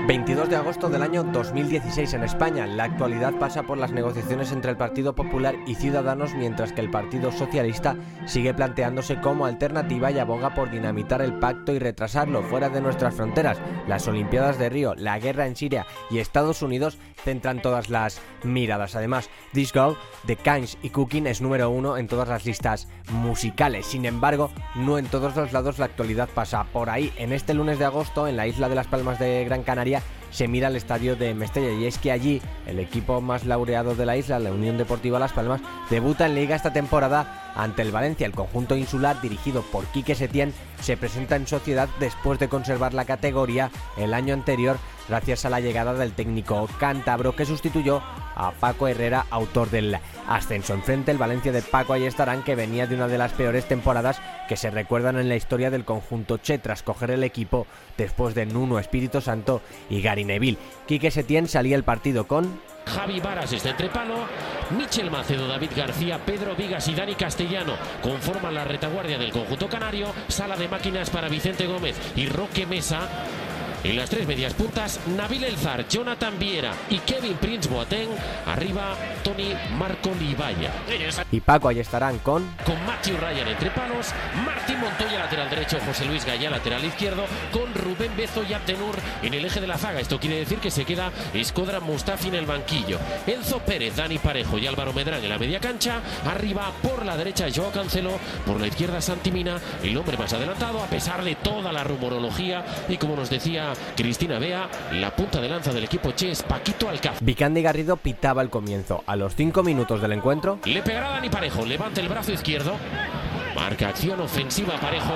veintidós de agosto del año dos mil dieciséis en España. La actualidad pasa por las negociaciones entre el Partido Popular y Ciudadanos, mientras que el Partido Socialista sigue planteándose como alternativa y aboga por dinamitar el pacto y retrasarlo fuera de nuestras fronteras. Las Olimpiadas de Río, la guerra en Siria y Estados Unidos centran todas las miradas. Además, This Girl de Kings y Cooking es número uno en todas las listas musicales. Sin embargo, no en todos los lados la actualidad pasa por ahí. En este lunes de agosto, en la isla de Las Palmas de Gran Canaria, se mira el estadio de Mestalla, y es que allí el equipo más laureado de la isla, la Unión Deportiva Las Palmas, debuta en Liga esta temporada ante el Valencia. El conjunto insular, dirigido por Quique Setién, se presenta en sociedad después de conservar la categoría el año anterior gracias a la llegada del técnico cántabro que sustituyó a Paco Herrera, autor del ascenso. Enfrente el Valencia de Paco Ayestarán, que venía de una de las peores temporadas que se recuerdan en la historia del conjunto che, tras coger el equipo después de Nuno Espíritu Santo y Gary Neville. Quique Setién salía el partido con Javi Varas está entre palo, Michel Macedo, David García, Pedro Vigas y Dani Castellano conforman la retaguardia del conjunto canario. Sala de máquinas para Vicente Gómez y Roque Mesa. En las tres medias puntas, Nabil Elzar, Jonathan Viera y Kevin Prince Boateng. Arriba, Tony Marco Libaya. Y Paco Ayestarán con Con Matthew Ryan entre palos, Martín Montoya lateral derecho, José Luis Gaya lateral izquierdo, con Rubén Bezo y Abdenur en el eje de la zaga. Esto quiere decir que se queda Escodra Mustafi en el banquillo. Enzo Pérez, Dani Parejo y Álvaro Medrán en la media cancha. Arriba, por la derecha, Joao Cancelo. Por la izquierda, Santi Mina, el hombre más adelantado, a pesar de toda la rumorología. Y como nos decía Cristina Bea, la punta de lanza del equipo che es Paquito Alcácer. Vicandi Garrido pitaba el comienzo. A los cinco minutos del encuentro, le pegará Dani Parejo, levanta el brazo izquierdo, marca acción ofensiva Parejo.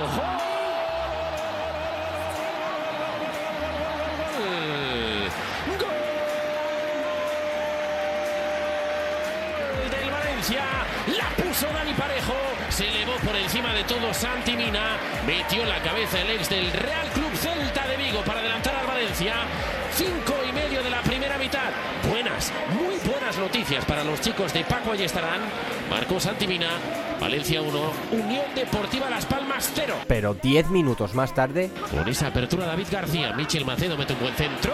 Gol del Valencia, la puso Dani Parejo, se elevó por encima de todo Santi Mina, metió la cabeza el ex del Real Club Celta de Vigo para adelantar al Valencia. Cinco y medio de la primera mitad. Buenas, muy buenas noticias para los chicos de Paco Ayestarán. Marcó Santi Mina, Valencia uno, Unión Deportiva Las Palmas cero. Pero diez minutos más tarde, con esa apertura David García, Michel Macedo mete un buen centro.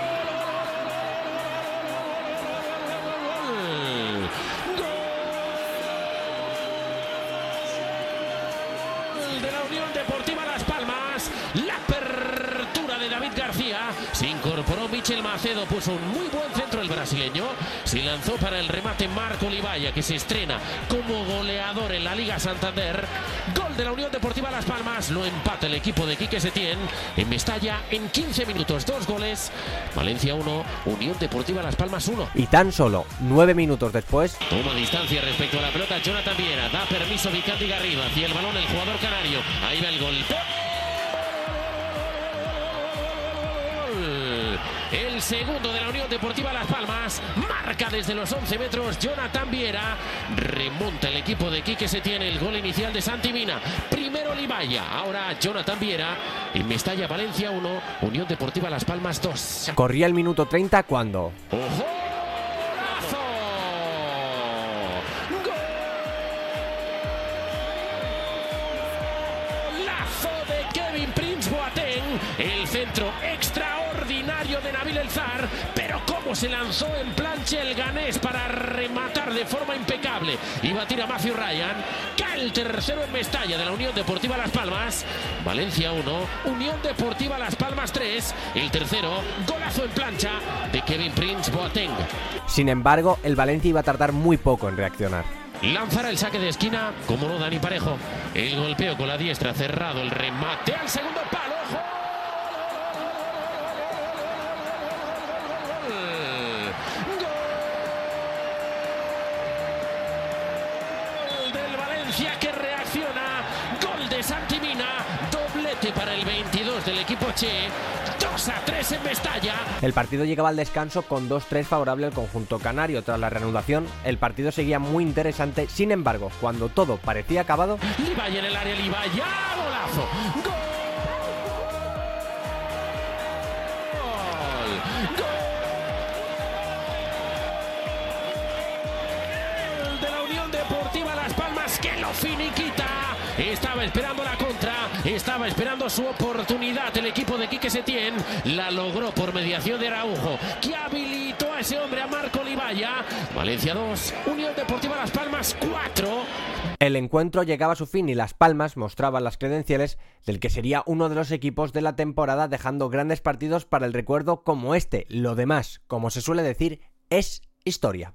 Gol de la Unión Deportiva Las Palmas. La apertura de David García. Se incorporó Michel Macedo, puso un muy buen centro el brasileño. Se lanzó para el remate Marco Libaya, que se estrena como goleador en la Liga Santander. Gol de la Unión Deportiva Las Palmas. Lo empata el equipo de Quique Setién en Mestalla en quince minutos. Dos goles. Valencia uno, Unión Deportiva Las Palmas uno. Y tan solo nueve minutos después, toma distancia respecto a la pelota Jonathan Viera. Da permiso Vicandi Garrido hacia el balón el jugador canario. Ahí va el golpe. El segundo de la Unión Deportiva Las Palmas, marca desde los once metros Jonathan Viera. Remonta el equipo de Quique Setién el gol inicial de Santi Mina. Primero Libaya, ahora Jonathan Viera. En Mestalla, Valencia uno, Unión Deportiva Las Palmas dos. Corría el minuto treinta cuando ¡ojo! Golazo de Kevin Prince Boateng. El centro extraordinario de Nabil Elzar, pero cómo se lanzó en plancha el ganés para rematar de forma impecable y batir a Matthew Ryan. Cae el tercero en Mestalla de la Unión Deportiva Las Palmas. Valencia uno, Unión Deportiva Las Palmas tres. El tercero, golazo en plancha de Kevin Prince Boateng. Sin embargo, el Valencia iba a tardar muy poco en reaccionar. Lanzará el saque de esquina, como no Dani Parejo. El golpeo con la diestra, cerrado el remate al segundo palo. Que reacciona, gol de Santi Mina, doblete para el veintidós del equipo che, dos a tres en Mestalla. El partido llegaba al descanso con dos tres favorable al conjunto canario. Tras la reanudación, el partido seguía muy interesante. Sin embargo, cuando todo parecía acabado, Libaya en el área, Libaya, golazo, gol, gol, gol de la Unión Deportiva Las Palmas, que lo finiquita. Estaba esperando la contra. estaba esperando su oportunidad. El equipo de Quique Setién la logró por mediación de Araujo, que habilitó a ese hombre, a Marco Olivalla. Valencia dos, Unión Deportiva Las Palmas cuatro. El encuentro llegaba a su fin y Las Palmas mostraba las credenciales del que sería uno de los equipos de la temporada, dejando grandes partidos para el recuerdo como este. Lo demás, como se suele decir, es historia.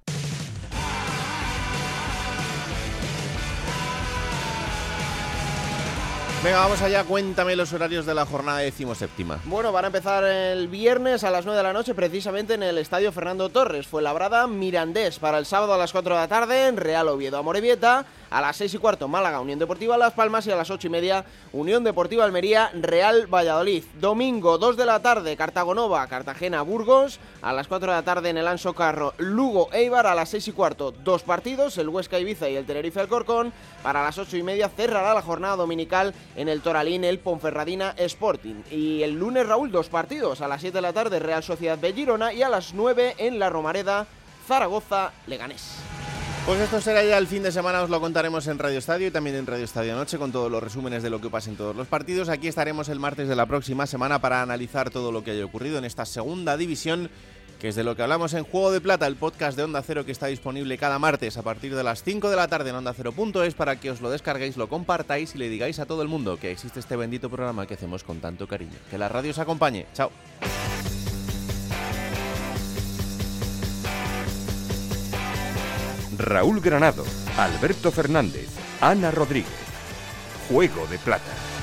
Venga, vamos allá, cuéntame los horarios de la jornada decimoséptima. Bueno, van a empezar el viernes a las nueve de la noche, precisamente en el Estadio Fernando Torres. Fuenlabrada, Mirandés. Para el sábado a las cuatro de la tarde, en Real Oviedo, Amorebieta. A las seis y cuarto, Málaga, Unión Deportiva Las Palmas. Y a las ocho y media, Unión Deportiva Almería, Real Valladolid. Domingo, dos de la tarde, Cartagonova, Cartagena, Burgos. A las cuatro de la tarde, en el Anso Carro, Lugo, Eibar. A las seis y cuarto, dos partidos, el Huesca, Ibiza y el Tenerife, Alcorcón. Para las ocho y media, cerrará la jornada dominical en el Toralín, el Ponferradina Sporting. Y el lunes, Raúl, dos partidos. A las siete de la tarde, Real Sociedad B Girona. Y a las nueve, en la Romareda, Zaragoza, Leganés. Pues esto será ya el fin de semana, os lo contaremos en Radio Estadio y también en Radio Estadio Noche con todos los resúmenes de lo que pasa en todos los partidos. Aquí estaremos el martes de la próxima semana para analizar todo lo que haya ocurrido en esta segunda división, que es de lo que hablamos en Juego de Plata, el podcast de Onda Cero que está disponible cada martes a partir de las cinco de la tarde en onda cero punto es para que os lo descarguéis, lo compartáis y le digáis a todo el mundo que existe este bendito programa que hacemos con tanto cariño. Que la radio os acompañe. Chao. Raúl Granado, Alberto Fernández, Ana Rodríguez. Juego de Plata.